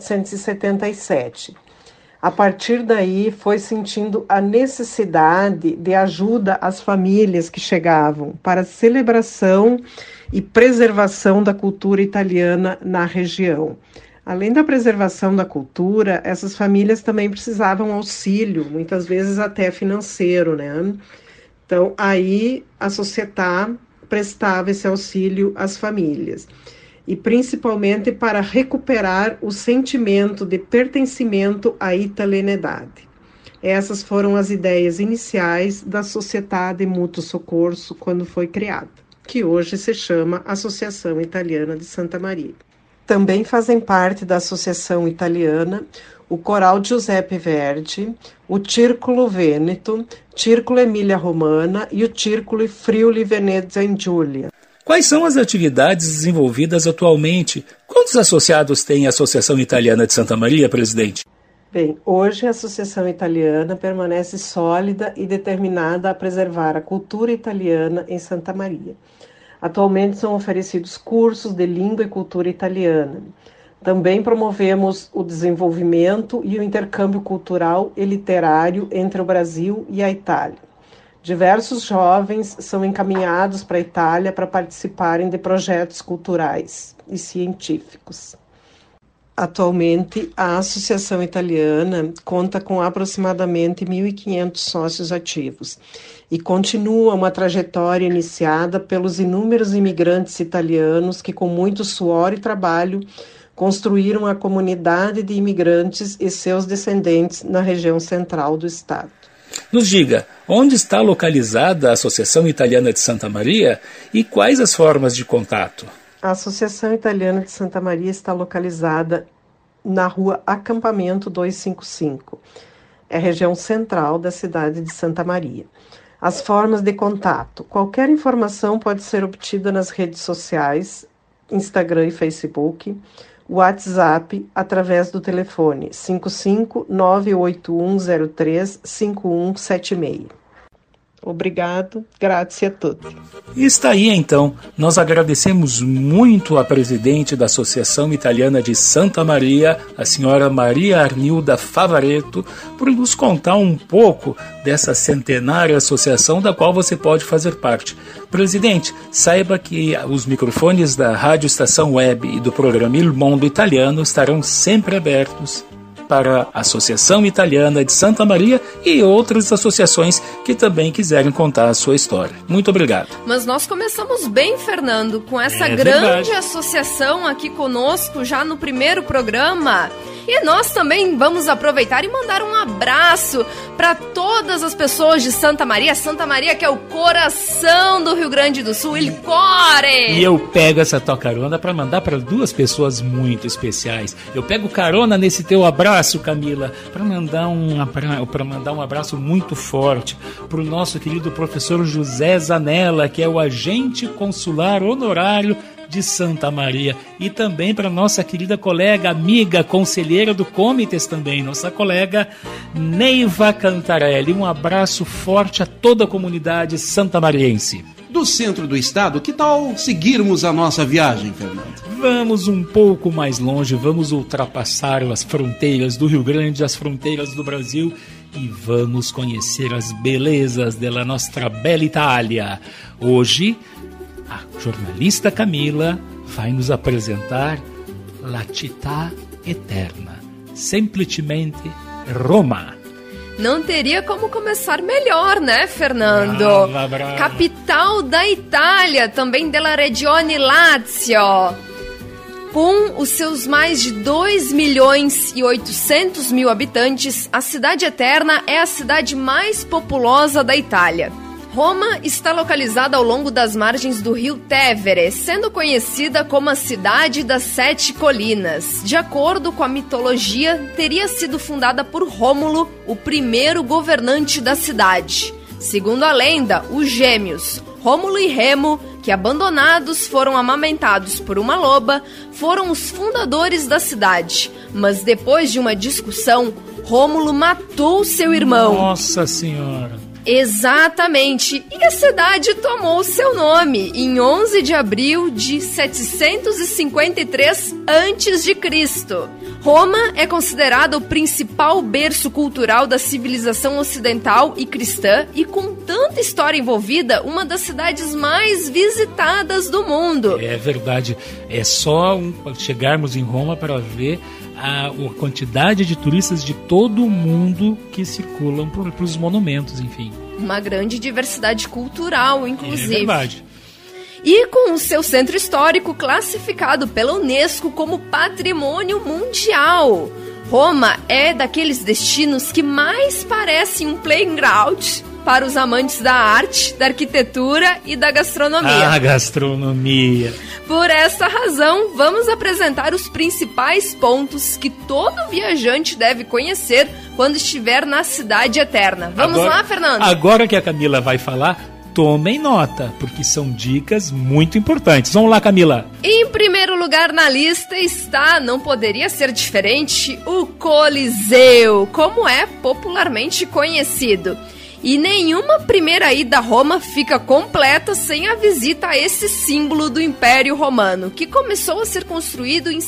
1877. A partir daí, foi sentindo a necessidade de ajuda às famílias que chegavam para a celebração e preservação da cultura italiana na região. Além da preservação da cultura, essas famílias também precisavam auxílio, muitas vezes até financeiro, né? Então, aí a Società prestava esse auxílio às famílias. E principalmente para recuperar o sentimento de pertencimento à italianidade. Essas foram as ideias iniciais da Società di Mutuo Soccorso quando foi criada, que hoje se chama Associação Italiana de Santa Maria. Também fazem parte da Associação Italiana o Coral Giuseppe Verdi, o Círculo Vêneto, Círculo Emília Romana e o Círculo Friuli Venezia Giulia. Quais são as atividades desenvolvidas atualmente? Quantos associados tem a Associação Italiana de Santa Maria, presidente? Bem, hoje a Associação Italiana permanece sólida e determinada a preservar a cultura italiana em Santa Maria. Atualmente são oferecidos cursos de língua e cultura italiana. Também promovemos o desenvolvimento e o intercâmbio cultural e literário entre o Brasil e a Itália. Diversos jovens são encaminhados para a Itália para participarem de projetos culturais e científicos. Atualmente, a Associação Italiana conta com aproximadamente 1.500 sócios ativos e continua uma trajetória iniciada pelos inúmeros imigrantes italianos que, com muito suor e trabalho, construíram a comunidade de imigrantes e seus descendentes na região central do estado. Nos diga, onde está localizada a Associação Italiana de Santa Maria e quais as formas de contato? A Associação Italiana de Santa Maria está localizada na rua Acampamento 255. É a região central da cidade de Santa Maria. As formas de contato. Qualquer informação pode ser obtida nas redes sociais, Instagram e Facebook, WhatsApp, através do telefone 55981035176. Obrigado, grazie a tutti. E está aí então, nós agradecemos muito à presidente da Associação Italiana de Santa Maria, a senhora Maria Arnilda Favaretto, por nos contar um pouco dessa centenária associação da qual você pode fazer parte. Presidente, saiba que os microfones da Rádio Estação Web e do programa Il Mondo Italiano estarão sempre abertos para a Associação Italiana de Santa Maria e outras associações que também quiserem contar a sua história. Muito obrigado. Mas nós começamos bem, Fernando, com essa grande associação aqui conosco já no primeiro programa. E nós também vamos aproveitar e mandar um abraço para todas as pessoas de Santa Maria. Santa Maria, que é o coração do Rio Grande do Sul, Il Core! E eu pego essa tua carona para mandar para duas pessoas muito especiais. Eu pego carona nesse teu abraço, Camila, para mandar um abraço muito forte para o nosso querido professor José Zanella, que é o agente consular honorário de Santa Maria, e também para nossa querida colega, amiga, conselheira do Comites também, nossa colega Neiva Cantarelli. Um abraço forte a toda a comunidade santamariense. Do centro do estado, que tal seguirmos a nossa viagem, Fernando? Vamos um pouco mais longe, vamos ultrapassar as fronteiras do Rio Grande, as fronteiras do Brasil, e vamos conhecer as belezas da nossa bela Itália. Hoje, a jornalista Camila vai nos apresentar La Città Eterna, semplicemente Roma. Não teria como começar melhor, né, Fernando? Brava. Capital da Itália, também della Regione Lazio. Com os seus mais de 2.800.000 habitantes, a Cidade Eterna é a cidade mais populosa da Itália. Roma está localizada ao longo das margens do rio Tevere, sendo conhecida como a Cidade das Sete Colinas. De acordo com a mitologia, teria sido fundada por Rômulo, o primeiro governante da cidade. Segundo a lenda, os gêmeos Rômulo e Remo, que abandonados foram amamentados por uma loba, foram os fundadores da cidade. Mas depois de uma discussão, Rômulo matou seu irmão. Nossa Senhora! Exatamente, e a cidade tomou seu nome em 11 de abril de 753 a.C. Roma é considerada o principal berço cultural da civilização ocidental e cristã e, com tanta história envolvida, uma das cidades mais visitadas do mundo. É verdade, é só chegarmos em Roma para ver a quantidade de turistas de todo o mundo que circulam por os monumentos, enfim. Uma grande diversidade cultural, inclusive. É verdade. E com o seu centro histórico classificado pela Unesco como Patrimônio Mundial. Roma é daqueles destinos que mais parecem um playground para os amantes da arte, da arquitetura e da gastronomia. Ah, gastronomia! Por essa razão, vamos apresentar os principais pontos que todo viajante deve conhecer quando estiver na Cidade Eterna. Vamos lá, Fernando? Agora que a Camila vai falar, tomem nota, porque são dicas muito importantes. Vamos lá, Camila. Em primeiro lugar na lista está, não poderia ser diferente, o Coliseu, como é popularmente conhecido. E nenhuma primeira ida a Roma fica completa sem a visita a esse símbolo do Império Romano, que começou a ser construído em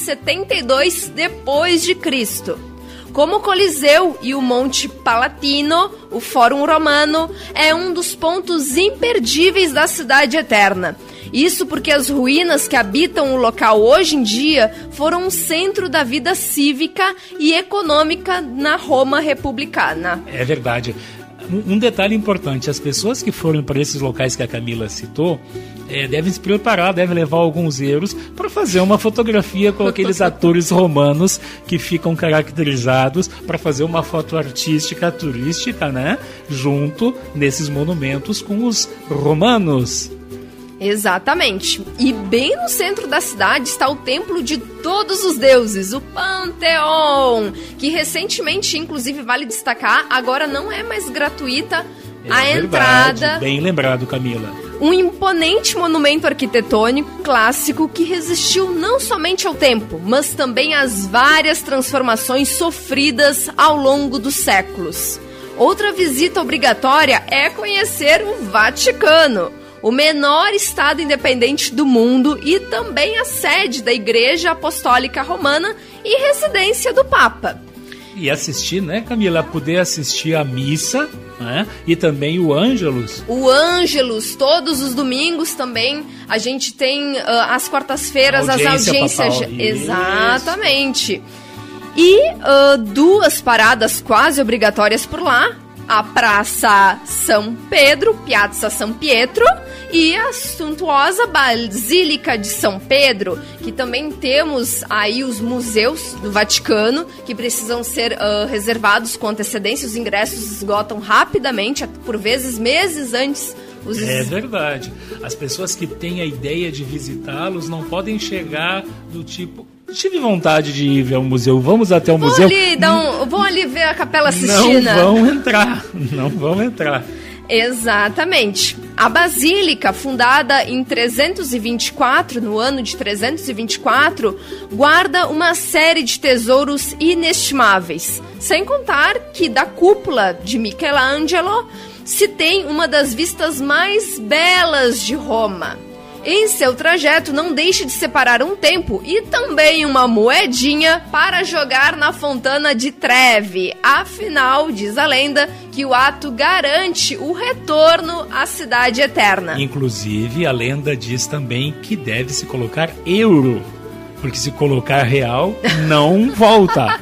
72 depois de Cristo. Como o Coliseu e o Monte Palatino, o Fórum Romano é um dos pontos imperdíveis da Cidade Eterna. Isso porque as ruínas que habitam o local hoje em dia foram um centro da vida cívica e econômica na Roma republicana. É verdade. Um detalhe importante, as pessoas que foram para esses locais que a Camila citou, devem se preparar, devem levar alguns euros para fazer uma fotografia com aqueles atores romanos que ficam caracterizados para fazer uma foto artística, turística, né? Junto nesses monumentos com os romanos. Exatamente. E bem no centro da cidade está o Templo de Todos os Deuses, o Panteão, que recentemente, inclusive, vale destacar, agora não é mais gratuita a entrada. Bem lembrado, Camila. Um imponente monumento arquitetônico clássico que resistiu não somente ao tempo, mas também às várias transformações sofridas ao longo dos séculos. Outra visita obrigatória é conhecer o Vaticano, o menor estado independente do mundo e também a sede da Igreja Apostólica Romana e residência do Papa. E assistir, né, Camila? Poder assistir a missa, né? E também o Ângelus. O Ângelus, todos os domingos também. A gente tem às quartas-feiras as audiências. Exatamente. E duas paradas quase obrigatórias por lá. A Praça São Pedro, Piazza San Pietro, e a suntuosa Basílica de São Pedro, que também temos aí os museus do Vaticano, que precisam ser reservados com antecedência. Os ingressos esgotam rapidamente, por vezes meses antes. É verdade. As pessoas que têm a ideia de visitá-los não podem chegar do tipo... Tive vontade de ir ver o museu, vamos até o museu. Vou ali ver a Capela Sistina. Não vão entrar. Exatamente. A Basílica, fundada em 324, no ano de 324, guarda uma série de tesouros inestimáveis. Sem contar que da cúpula de Michelangelo se tem uma das vistas mais belas de Roma. Em seu trajeto, não deixe de separar um tempo e também uma moedinha para jogar na Fontana di Trevi. Afinal, diz a lenda que o ato garante o retorno à cidade eterna. Inclusive, a lenda diz também que deve-se colocar euro, porque se colocar real, não volta.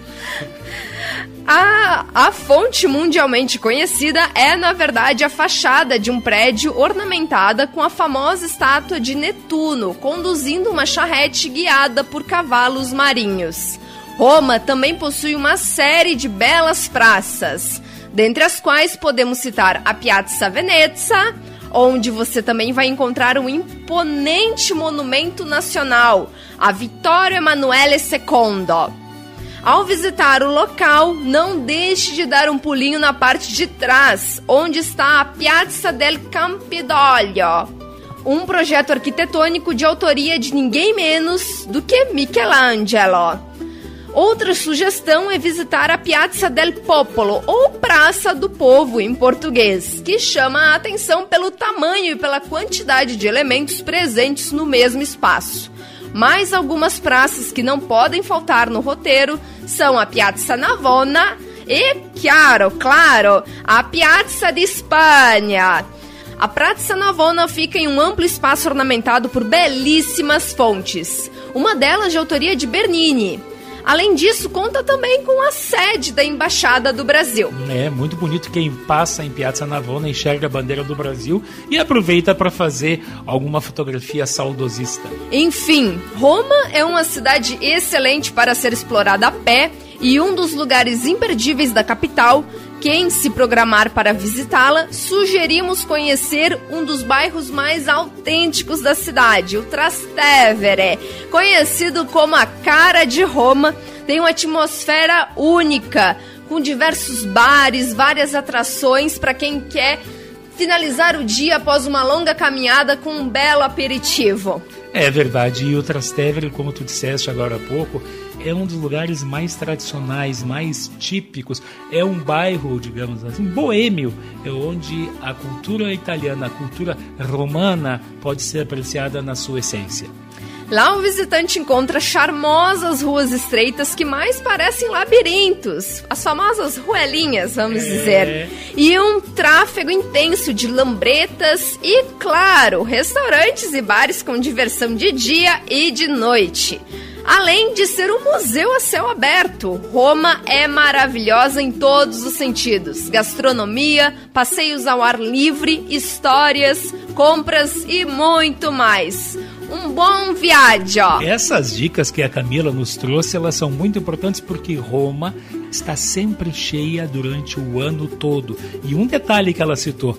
A fonte mundialmente conhecida é, na verdade, a fachada de um prédio ornamentada com a famosa estátua de Netuno, conduzindo uma charrete guiada por cavalos marinhos. Roma também possui uma série de belas praças, dentre as quais podemos citar a Piazza Venezia, onde você também vai encontrar um imponente monumento nacional, a Vittorio Emanuele II. Ao visitar o local, não deixe de dar um pulinho na parte de trás, onde está a Piazza del Campidoglio, um projeto arquitetônico de autoria de ninguém menos do que Michelangelo. Outra sugestão é visitar a Piazza del Popolo, ou Praça do Povo em português, que chama a atenção pelo tamanho e pela quantidade de elementos presentes no mesmo espaço. Mais algumas praças que não podem faltar no roteiro são a Piazza Navona e, claro, a Piazza di Spagna. A Piazza Navona fica em um amplo espaço ornamentado por belíssimas fontes, uma delas de autoria de Bernini. Além disso, conta também com a sede da Embaixada do Brasil. É muito bonito, quem passa em Piazza Navona enxerga a bandeira do Brasil e aproveita para fazer alguma fotografia saudosista. Enfim, Roma é uma cidade excelente para ser explorada a pé e um dos lugares imperdíveis da capital. Quem se programar para visitá-la, sugerimos conhecer um dos bairros mais autênticos da cidade, o Trastevere. Conhecido como a cara de Roma, tem uma atmosfera única, com diversos bares, várias atrações para quem quer finalizar o dia após uma longa caminhada com um belo aperitivo. É verdade, e o Trastevere, como tu disseste agora há pouco, é um dos lugares mais tradicionais, mais típicos. É um bairro, digamos assim, boêmio, é onde a cultura italiana, a cultura romana pode ser apreciada na sua essência. Lá o visitante encontra charmosas ruas estreitas que mais parecem labirintos, as famosas ruelinhas, vamos dizer, e um tráfego intenso de lambretas e, claro, restaurantes e bares com diversão de dia e de noite. Além de ser um museu a céu aberto, Roma é maravilhosa em todos os sentidos. Gastronomia, passeios ao ar livre, histórias, compras e muito mais. Um bom viagem! Essas dicas que a Camila nos trouxe, elas são muito importantes porque Roma está sempre cheia durante o ano todo. E um detalhe que ela citou: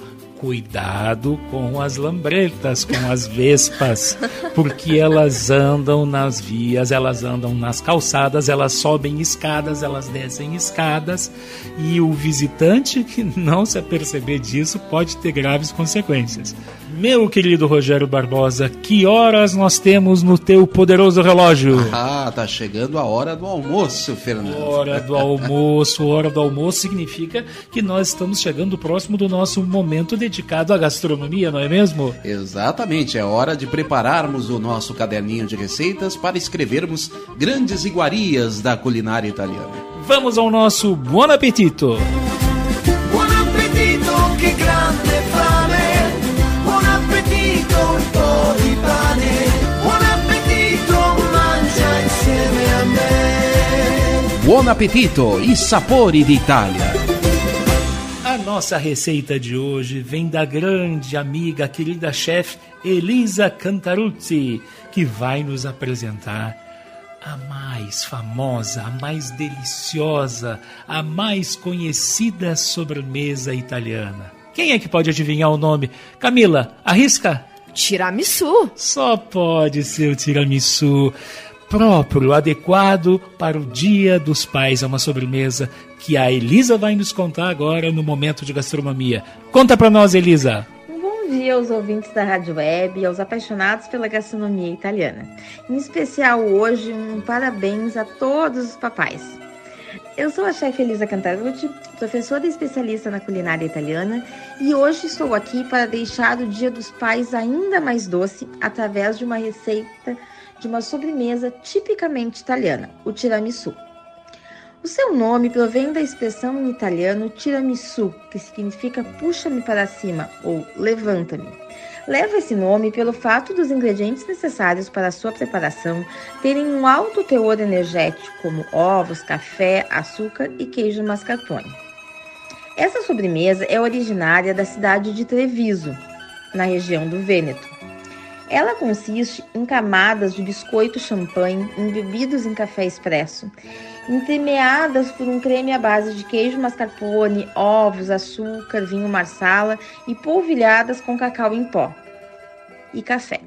cuidado com as lambretas, com as vespas, porque elas andam nas vias, elas andam nas calçadas, elas sobem escadas, elas descem escadas, e o visitante que não se aperceber disso pode ter graves consequências. Meu querido Rogério Barbosa, que horas nós temos no teu poderoso relógio? Tá chegando a hora do almoço, Fernando. Hora do almoço significa que nós estamos chegando próximo do nosso momento dedicado à gastronomia, não é mesmo? Exatamente, é hora de prepararmos o nosso caderninho de receitas para escrevermos grandes iguarias da culinária italiana. Vamos ao nosso buon appetito! Buon appetito, che grande fame! Buon appetito, un po' di pane! Buon appetito, mangia insieme a me! Buon appetito e sapori d'Italia! A nossa receita de hoje vem da grande amiga, querida chefe Elisa Cantaruzzi, que vai nos apresentar a mais famosa, a mais deliciosa, a mais conhecida sobremesa italiana. Quem é que pode adivinhar o nome? Camila, arrisca? Tiramisu. Só pode ser o tiramisu. Próprio, adequado para o Dia dos Pais. É uma sobremesa que a Elisa vai nos contar agora no Momento de Gastronomia. Conta pra nós, Elisa. Bom dia aos ouvintes da Rádio Web e aos apaixonados pela gastronomia italiana. Em especial hoje, um parabéns a todos os papais. Eu sou a chefe Elisa Cantarucci, professora e especialista na culinária italiana, e hoje estou aqui para deixar o Dia dos Pais ainda mais doce através de uma receita de uma sobremesa tipicamente italiana, o tiramisu. O seu nome provém da expressão em italiano tiramisu, que significa puxa-me para cima ou levanta-me. Leva esse nome pelo fato dos ingredientes necessários para a sua preparação terem um alto teor energético, como ovos, café, açúcar e queijo mascarpone. Essa sobremesa é originária da cidade de Treviso, na região do Vêneto. Ela consiste em camadas de biscoito champanhe embebidos em café expresso, entremeadas por um creme à base de queijo mascarpone, ovos, açúcar, vinho marsala e polvilhadas com cacau em pó e café.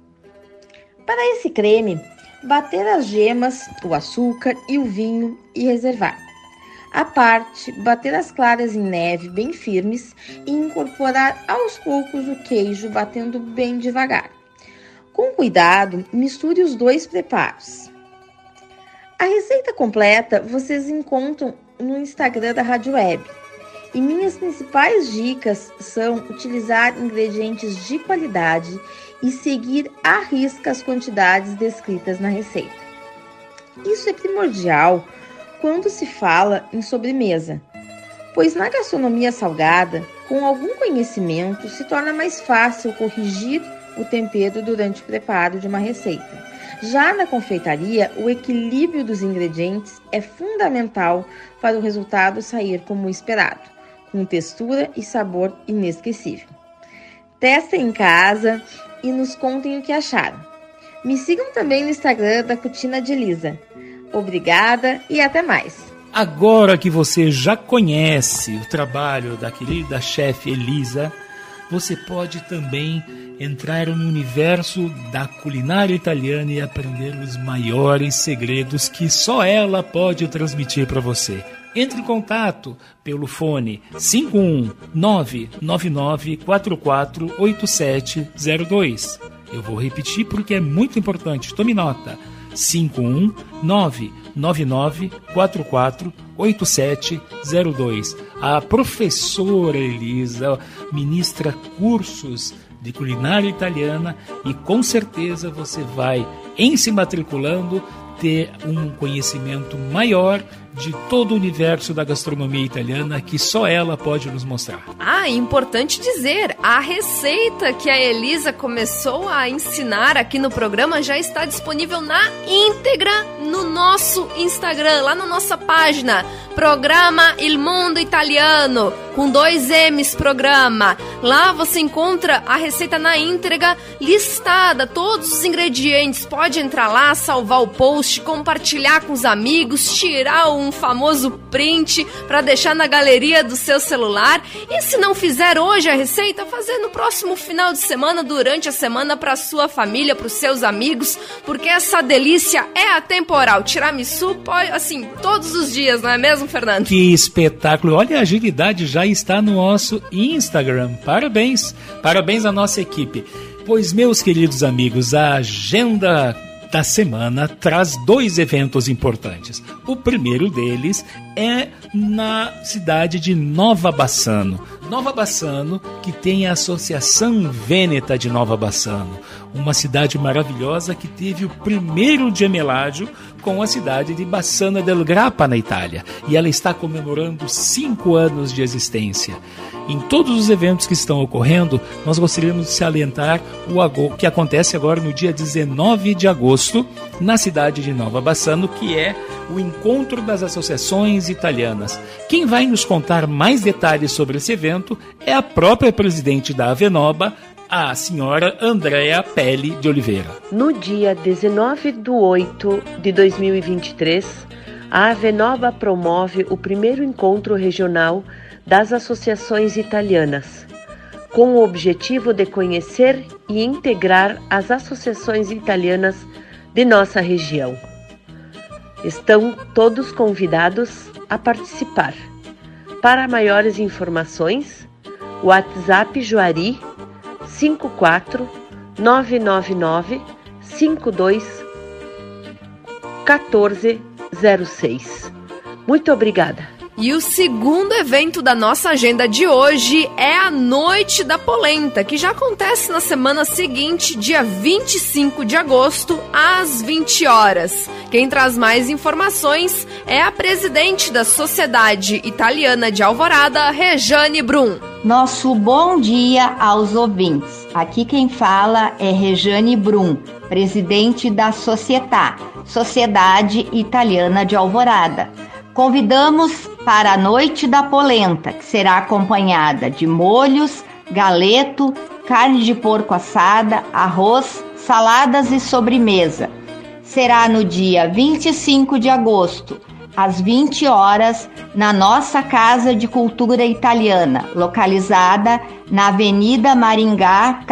Para esse creme, bater as gemas, o açúcar e o vinho e reservar. À parte, bater as claras em neve bem firmes e incorporar aos poucos o queijo, batendo bem devagar. Com cuidado, misture os dois preparos. A receita completa vocês encontram no Instagram da Rádio Web. E minhas principais dicas são utilizar ingredientes de qualidade e seguir à risca as quantidades descritas na receita. Isso é primordial quando se fala em sobremesa, pois na gastronomia salgada, com algum conhecimento, se torna mais fácil corrigir o tempero durante o preparo de uma receita. Já na confeitaria, o equilíbrio dos ingredientes é fundamental para o resultado sair como esperado, com textura e sabor inesquecível. Testem em casa e nos contem o que acharam. Me sigam também no Instagram da Cucina de Elisa. Obrigada e até mais! Agora que você já conhece o trabalho da querida chefe Elisa, você pode também entrar no universo da culinária italiana e aprender os maiores segredos que só ela pode transmitir para você. Entre em contato pelo fone 51999448702. Eu vou repetir porque é muito importante, tome nota. 51999448702. A professora Elisa ministra cursos de culinária italiana e com certeza você vai, em se matriculando, ter um conhecimento maior de todo o universo da gastronomia italiana que só ela pode nos mostrar. Importante dizer, a receita que a Elisa começou a ensinar aqui no programa já está disponível na íntegra no nosso Instagram, lá na nossa página, Programa Il Mondo Italiano, com 2 M's programa. Lá você encontra a receita na íntegra, listada, todos os ingredientes. Pode entrar lá, salvar o post, compartilhar com os amigos, tirar um famoso print para deixar na galeria do seu celular. E se não fizer hoje a receita, fazer no próximo final de semana, durante a semana, para sua família, para os seus amigos, porque essa delícia é atemporal. Tiramisu pode, assim, todos os dias, não é mesmo, Fernando? Que espetáculo! Olha, a agilidade já está no nosso Instagram. Parabéns! Parabéns à nossa equipe. Pois, meus queridos amigos, a agenda da semana traz 2 eventos importantes. O primeiro deles é na cidade de Nova Bassano. Nova Bassano, que tem a Associação Vêneta de Nova Bassano, uma cidade maravilhosa que teve o primeiro gemelágio com a cidade de Bassano del Grappa, na Itália, e ela está comemorando 5 anos de existência. Em todos os eventos que estão ocorrendo, nós gostaríamos de salientar o que acontece agora no dia 19 de agosto, na cidade de Nova Bassano, que é o Encontro das Associações Italianas. Quem vai nos contar mais detalhes sobre esse evento é a própria presidente da Avenoba, a senhora Andrea Pelli de Oliveira. No dia 19/8/2023, a Avenoba promove o primeiro encontro regional das associações italianas, com o objetivo de conhecer e integrar as associações italianas de nossa região. Estão todos convidados a participar. Para maiores informações, WhatsApp Juari 54 999 52 1406. Muito obrigada. E o segundo evento da nossa agenda de hoje é a Noite da Polenta, que já acontece na semana seguinte, dia 25 de agosto, às 20 horas. Quem traz mais informações é a presidente da Sociedade Italiana de Alvorada, Rejane Brum. Nosso bom dia aos ouvintes. Aqui quem fala é Rejane Brum, presidente da Società, Sociedade Italiana de Alvorada. Convidamos para a Noite da Polenta, que será acompanhada de molhos, galeto, carne de porco assada, arroz, saladas e sobremesa. Será no dia 25 de agosto, às 20 horas, na nossa Casa de Cultura Italiana, localizada na Avenida Maringá,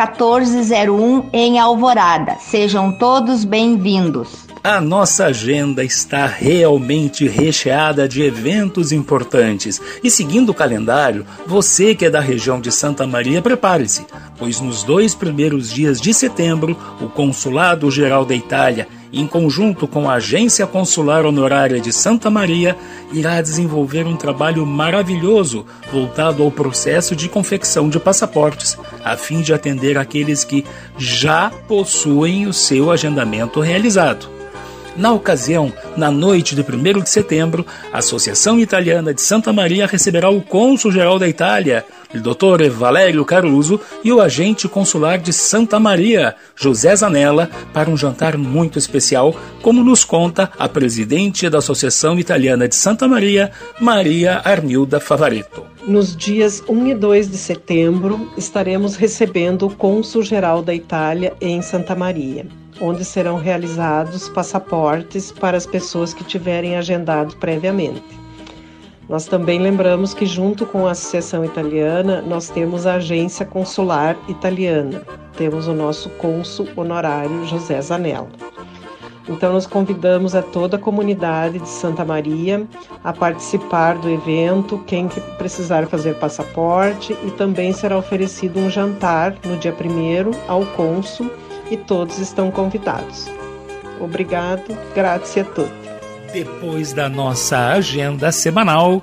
1401, em Alvorada. Sejam todos bem-vindos. A nossa agenda está realmente recheada de eventos importantes. E seguindo o calendário, você que é da região de Santa Maria, prepare-se, pois nos 2 primeiros dias de setembro, o Consulado Geral da Itália, em conjunto com a Agência Consular Honorária de Santa Maria, irá desenvolver um trabalho maravilhoso voltado ao processo de confecção de passaportes, a fim de atender aqueles que já possuem o seu agendamento realizado. Na ocasião, na noite de 1º de setembro, a Associação Italiana de Santa Maria receberá o cônsul-geral da Itália, o Dr. Valério Caruso, e o agente consular de Santa Maria, José Zanella, para um jantar muito especial, como nos conta a presidente da Associação Italiana de Santa Maria, Maria Arnilda Favaretto. Nos dias 1 e 2 de setembro, estaremos recebendo o cônsul-geral da Itália em Santa Maria, onde serão realizados passaportes para as pessoas que tiverem agendado previamente. Nós também lembramos que, junto com a Associação Italiana, nós temos a Agência Consular Italiana. Temos o nosso cônsul honorário, José Zanella. Então, nós convidamos a toda a comunidade de Santa Maria a participar do evento, quem precisar fazer passaporte, e também será oferecido um jantar no dia 1º ao cônsul, e todos estão convidados. Obrigado, grazie a tutti. Depois da nossa agenda semanal,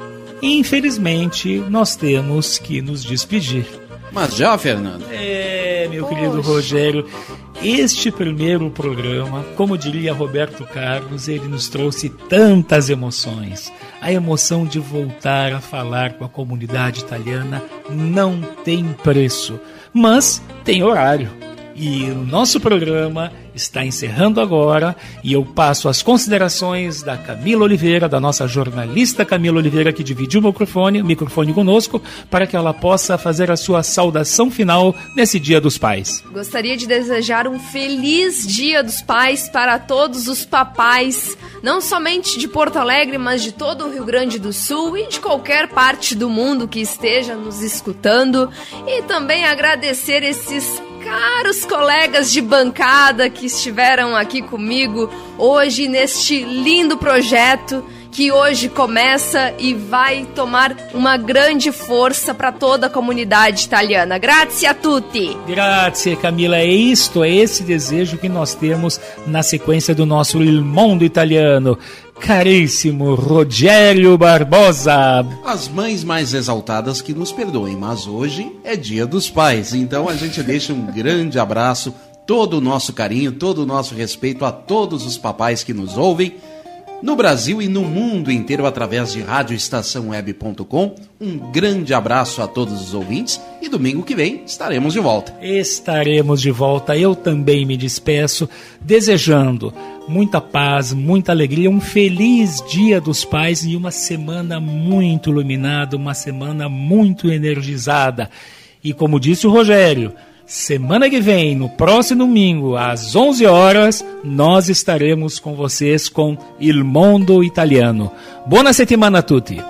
infelizmente, nós temos que nos despedir. Mas já, Fernando? Meu querido Rogério, este primeiro programa, como diria Roberto Carlos, ele nos trouxe tantas emoções. A emoção de voltar a falar com a comunidade italiana não tem preço, mas tem horário. E o nosso programa está encerrando agora e eu passo as considerações da Camila Oliveira, da nossa jornalista Camila Oliveira, que dividiu o microfone conosco, para que ela possa fazer a sua saudação final nesse Dia dos Pais. Gostaria de desejar um feliz Dia dos Pais para todos os papais, não somente de Porto Alegre, mas de todo o Rio Grande do Sul e de qualquer parte do mundo que esteja nos escutando, e também agradecer esses caros colegas de bancada que estiveram aqui comigo hoje neste lindo projeto que hoje começa e vai tomar uma grande força para toda a comunidade italiana. Grazie a tutti! Grazie, Camila. É esse desejo que nós temos na sequência do nosso Il Mondo Italiano. Caríssimo Rogério Barbosa. As mães mais exaltadas que nos perdoem, mas hoje é Dia dos Pais, então a gente deixa um grande abraço, todo o nosso carinho, todo o nosso respeito a todos os papais que nos ouvem no Brasil e no mundo inteiro através de radioestaçãoweb.com. Um grande abraço a todos os ouvintes e domingo que vem estaremos de volta. Estaremos de volta. Eu também me despeço desejando muita paz, muita alegria, um feliz Dia dos Pais e uma semana muito iluminada, uma semana muito energizada. E como disse o Rogério, semana que vem, no próximo domingo, às 11 horas, nós estaremos com vocês com Il Mondo Italiano. Buona settimana a tutti!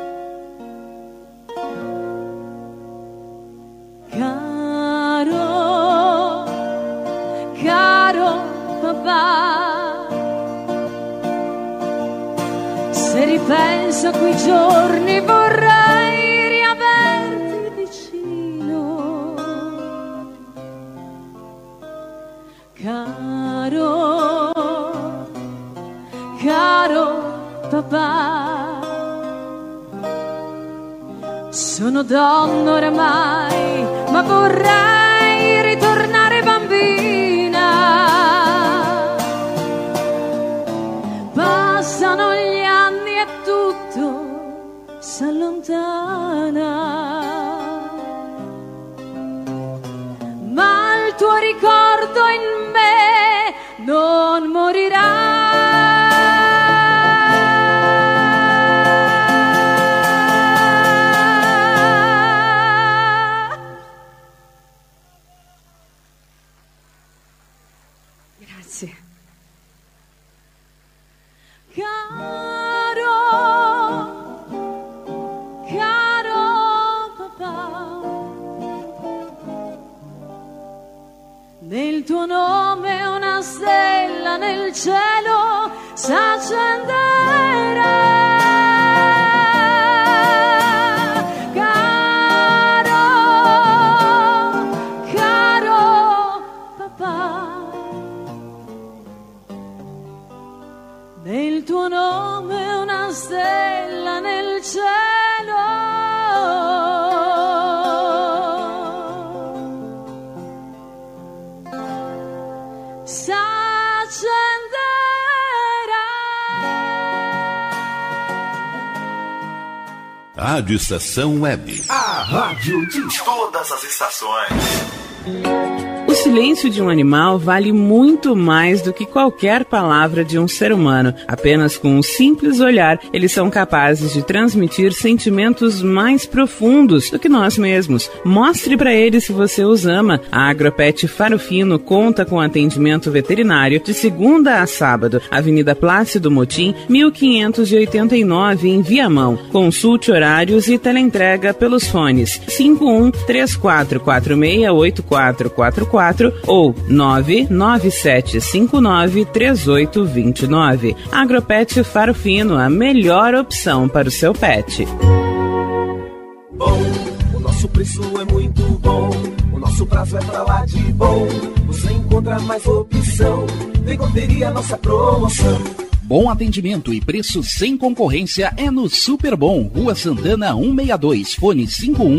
Caro papà, se ripenso a quei giorni vorrei riaverti vicino. Caro papà. Sono donna oramai, ma vorrei ritornare bambina. Passano gli anni e tutto s'allontana, ma il tuo ricordo in me non morirà. Grazie. Caro papà, nel tuo nome una stella nel cielo s'accenderà. Caro papà, nel tuo nome una stella nel cielo Rádio Estação Web. A rádio de todas as estações. O silêncio de um animal vale muito mais do que qualquer palavra de um ser humano. Apenas com um simples olhar, eles são capazes de transmitir sentimentos mais profundos do que nós mesmos. Mostre para eles se você os ama. A Agropet Faro Fino conta com atendimento veterinário de segunda a sábado. Avenida Plácido Motim, 1589, em Viamão. Consulte horários e teleentrega pelos fones 51-3446-8444 ou 997593829. Agropet Faro Fino, a melhor opção para o seu pet. Bom, o nosso preço é muito bom, o nosso prazo é pra lá de bom. Você encontra mais opção, vem conferir a nossa promoção. Bom atendimento e preço sem concorrência é no Super Bom, Rua Santana 162, fone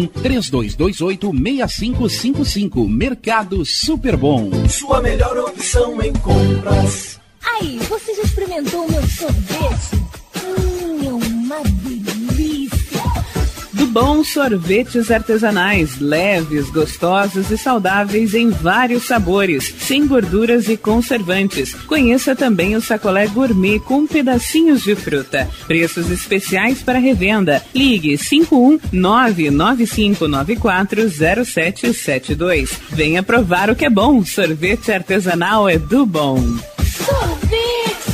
51-3228-6555, Mercado Super Bom. Sua melhor opção em compras. Aí, você já experimentou o meu sorvete? É uma delícia! Do Bom Sorvetes Artesanais, leves, gostosos e saudáveis em vários sabores, sem gorduras e conservantes. Conheça também o sacolé gourmet com pedacinhos de fruta. Preços especiais para revenda. Ligue 51995940772. Venha provar o que é bom. Sorvete artesanal é do Bom. Sorvete!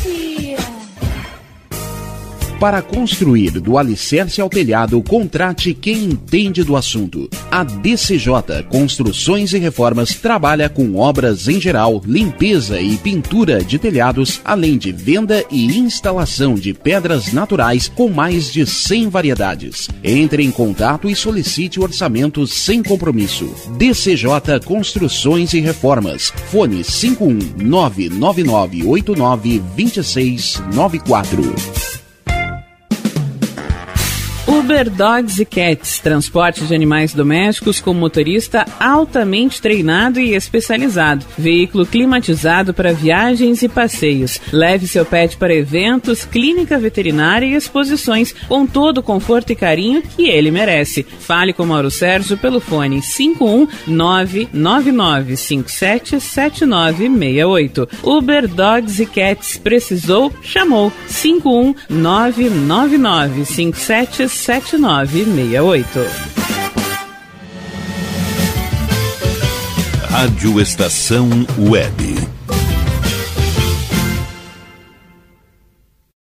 Para construir do alicerce ao telhado, contrate quem entende do assunto. A DCJ Construções e Reformas trabalha com obras em geral, limpeza e pintura de telhados, além de venda e instalação de pedras naturais com mais de 100 variedades. Entre em contato e solicite o orçamento sem compromisso. DCJ Construções e Reformas. Fone 51999892694. Uber Dogs e Cats, transporte de animais domésticos com motorista altamente treinado e especializado. Veículo climatizado para viagens e passeios. Leve seu pet para eventos, clínica veterinária e exposições com todo o conforto e carinho que ele merece. Fale com Mauro Sérgio pelo fone 51999577968. Uber Dogs e Cats, precisou? Chamou 51999577968. Rádio Estação Web.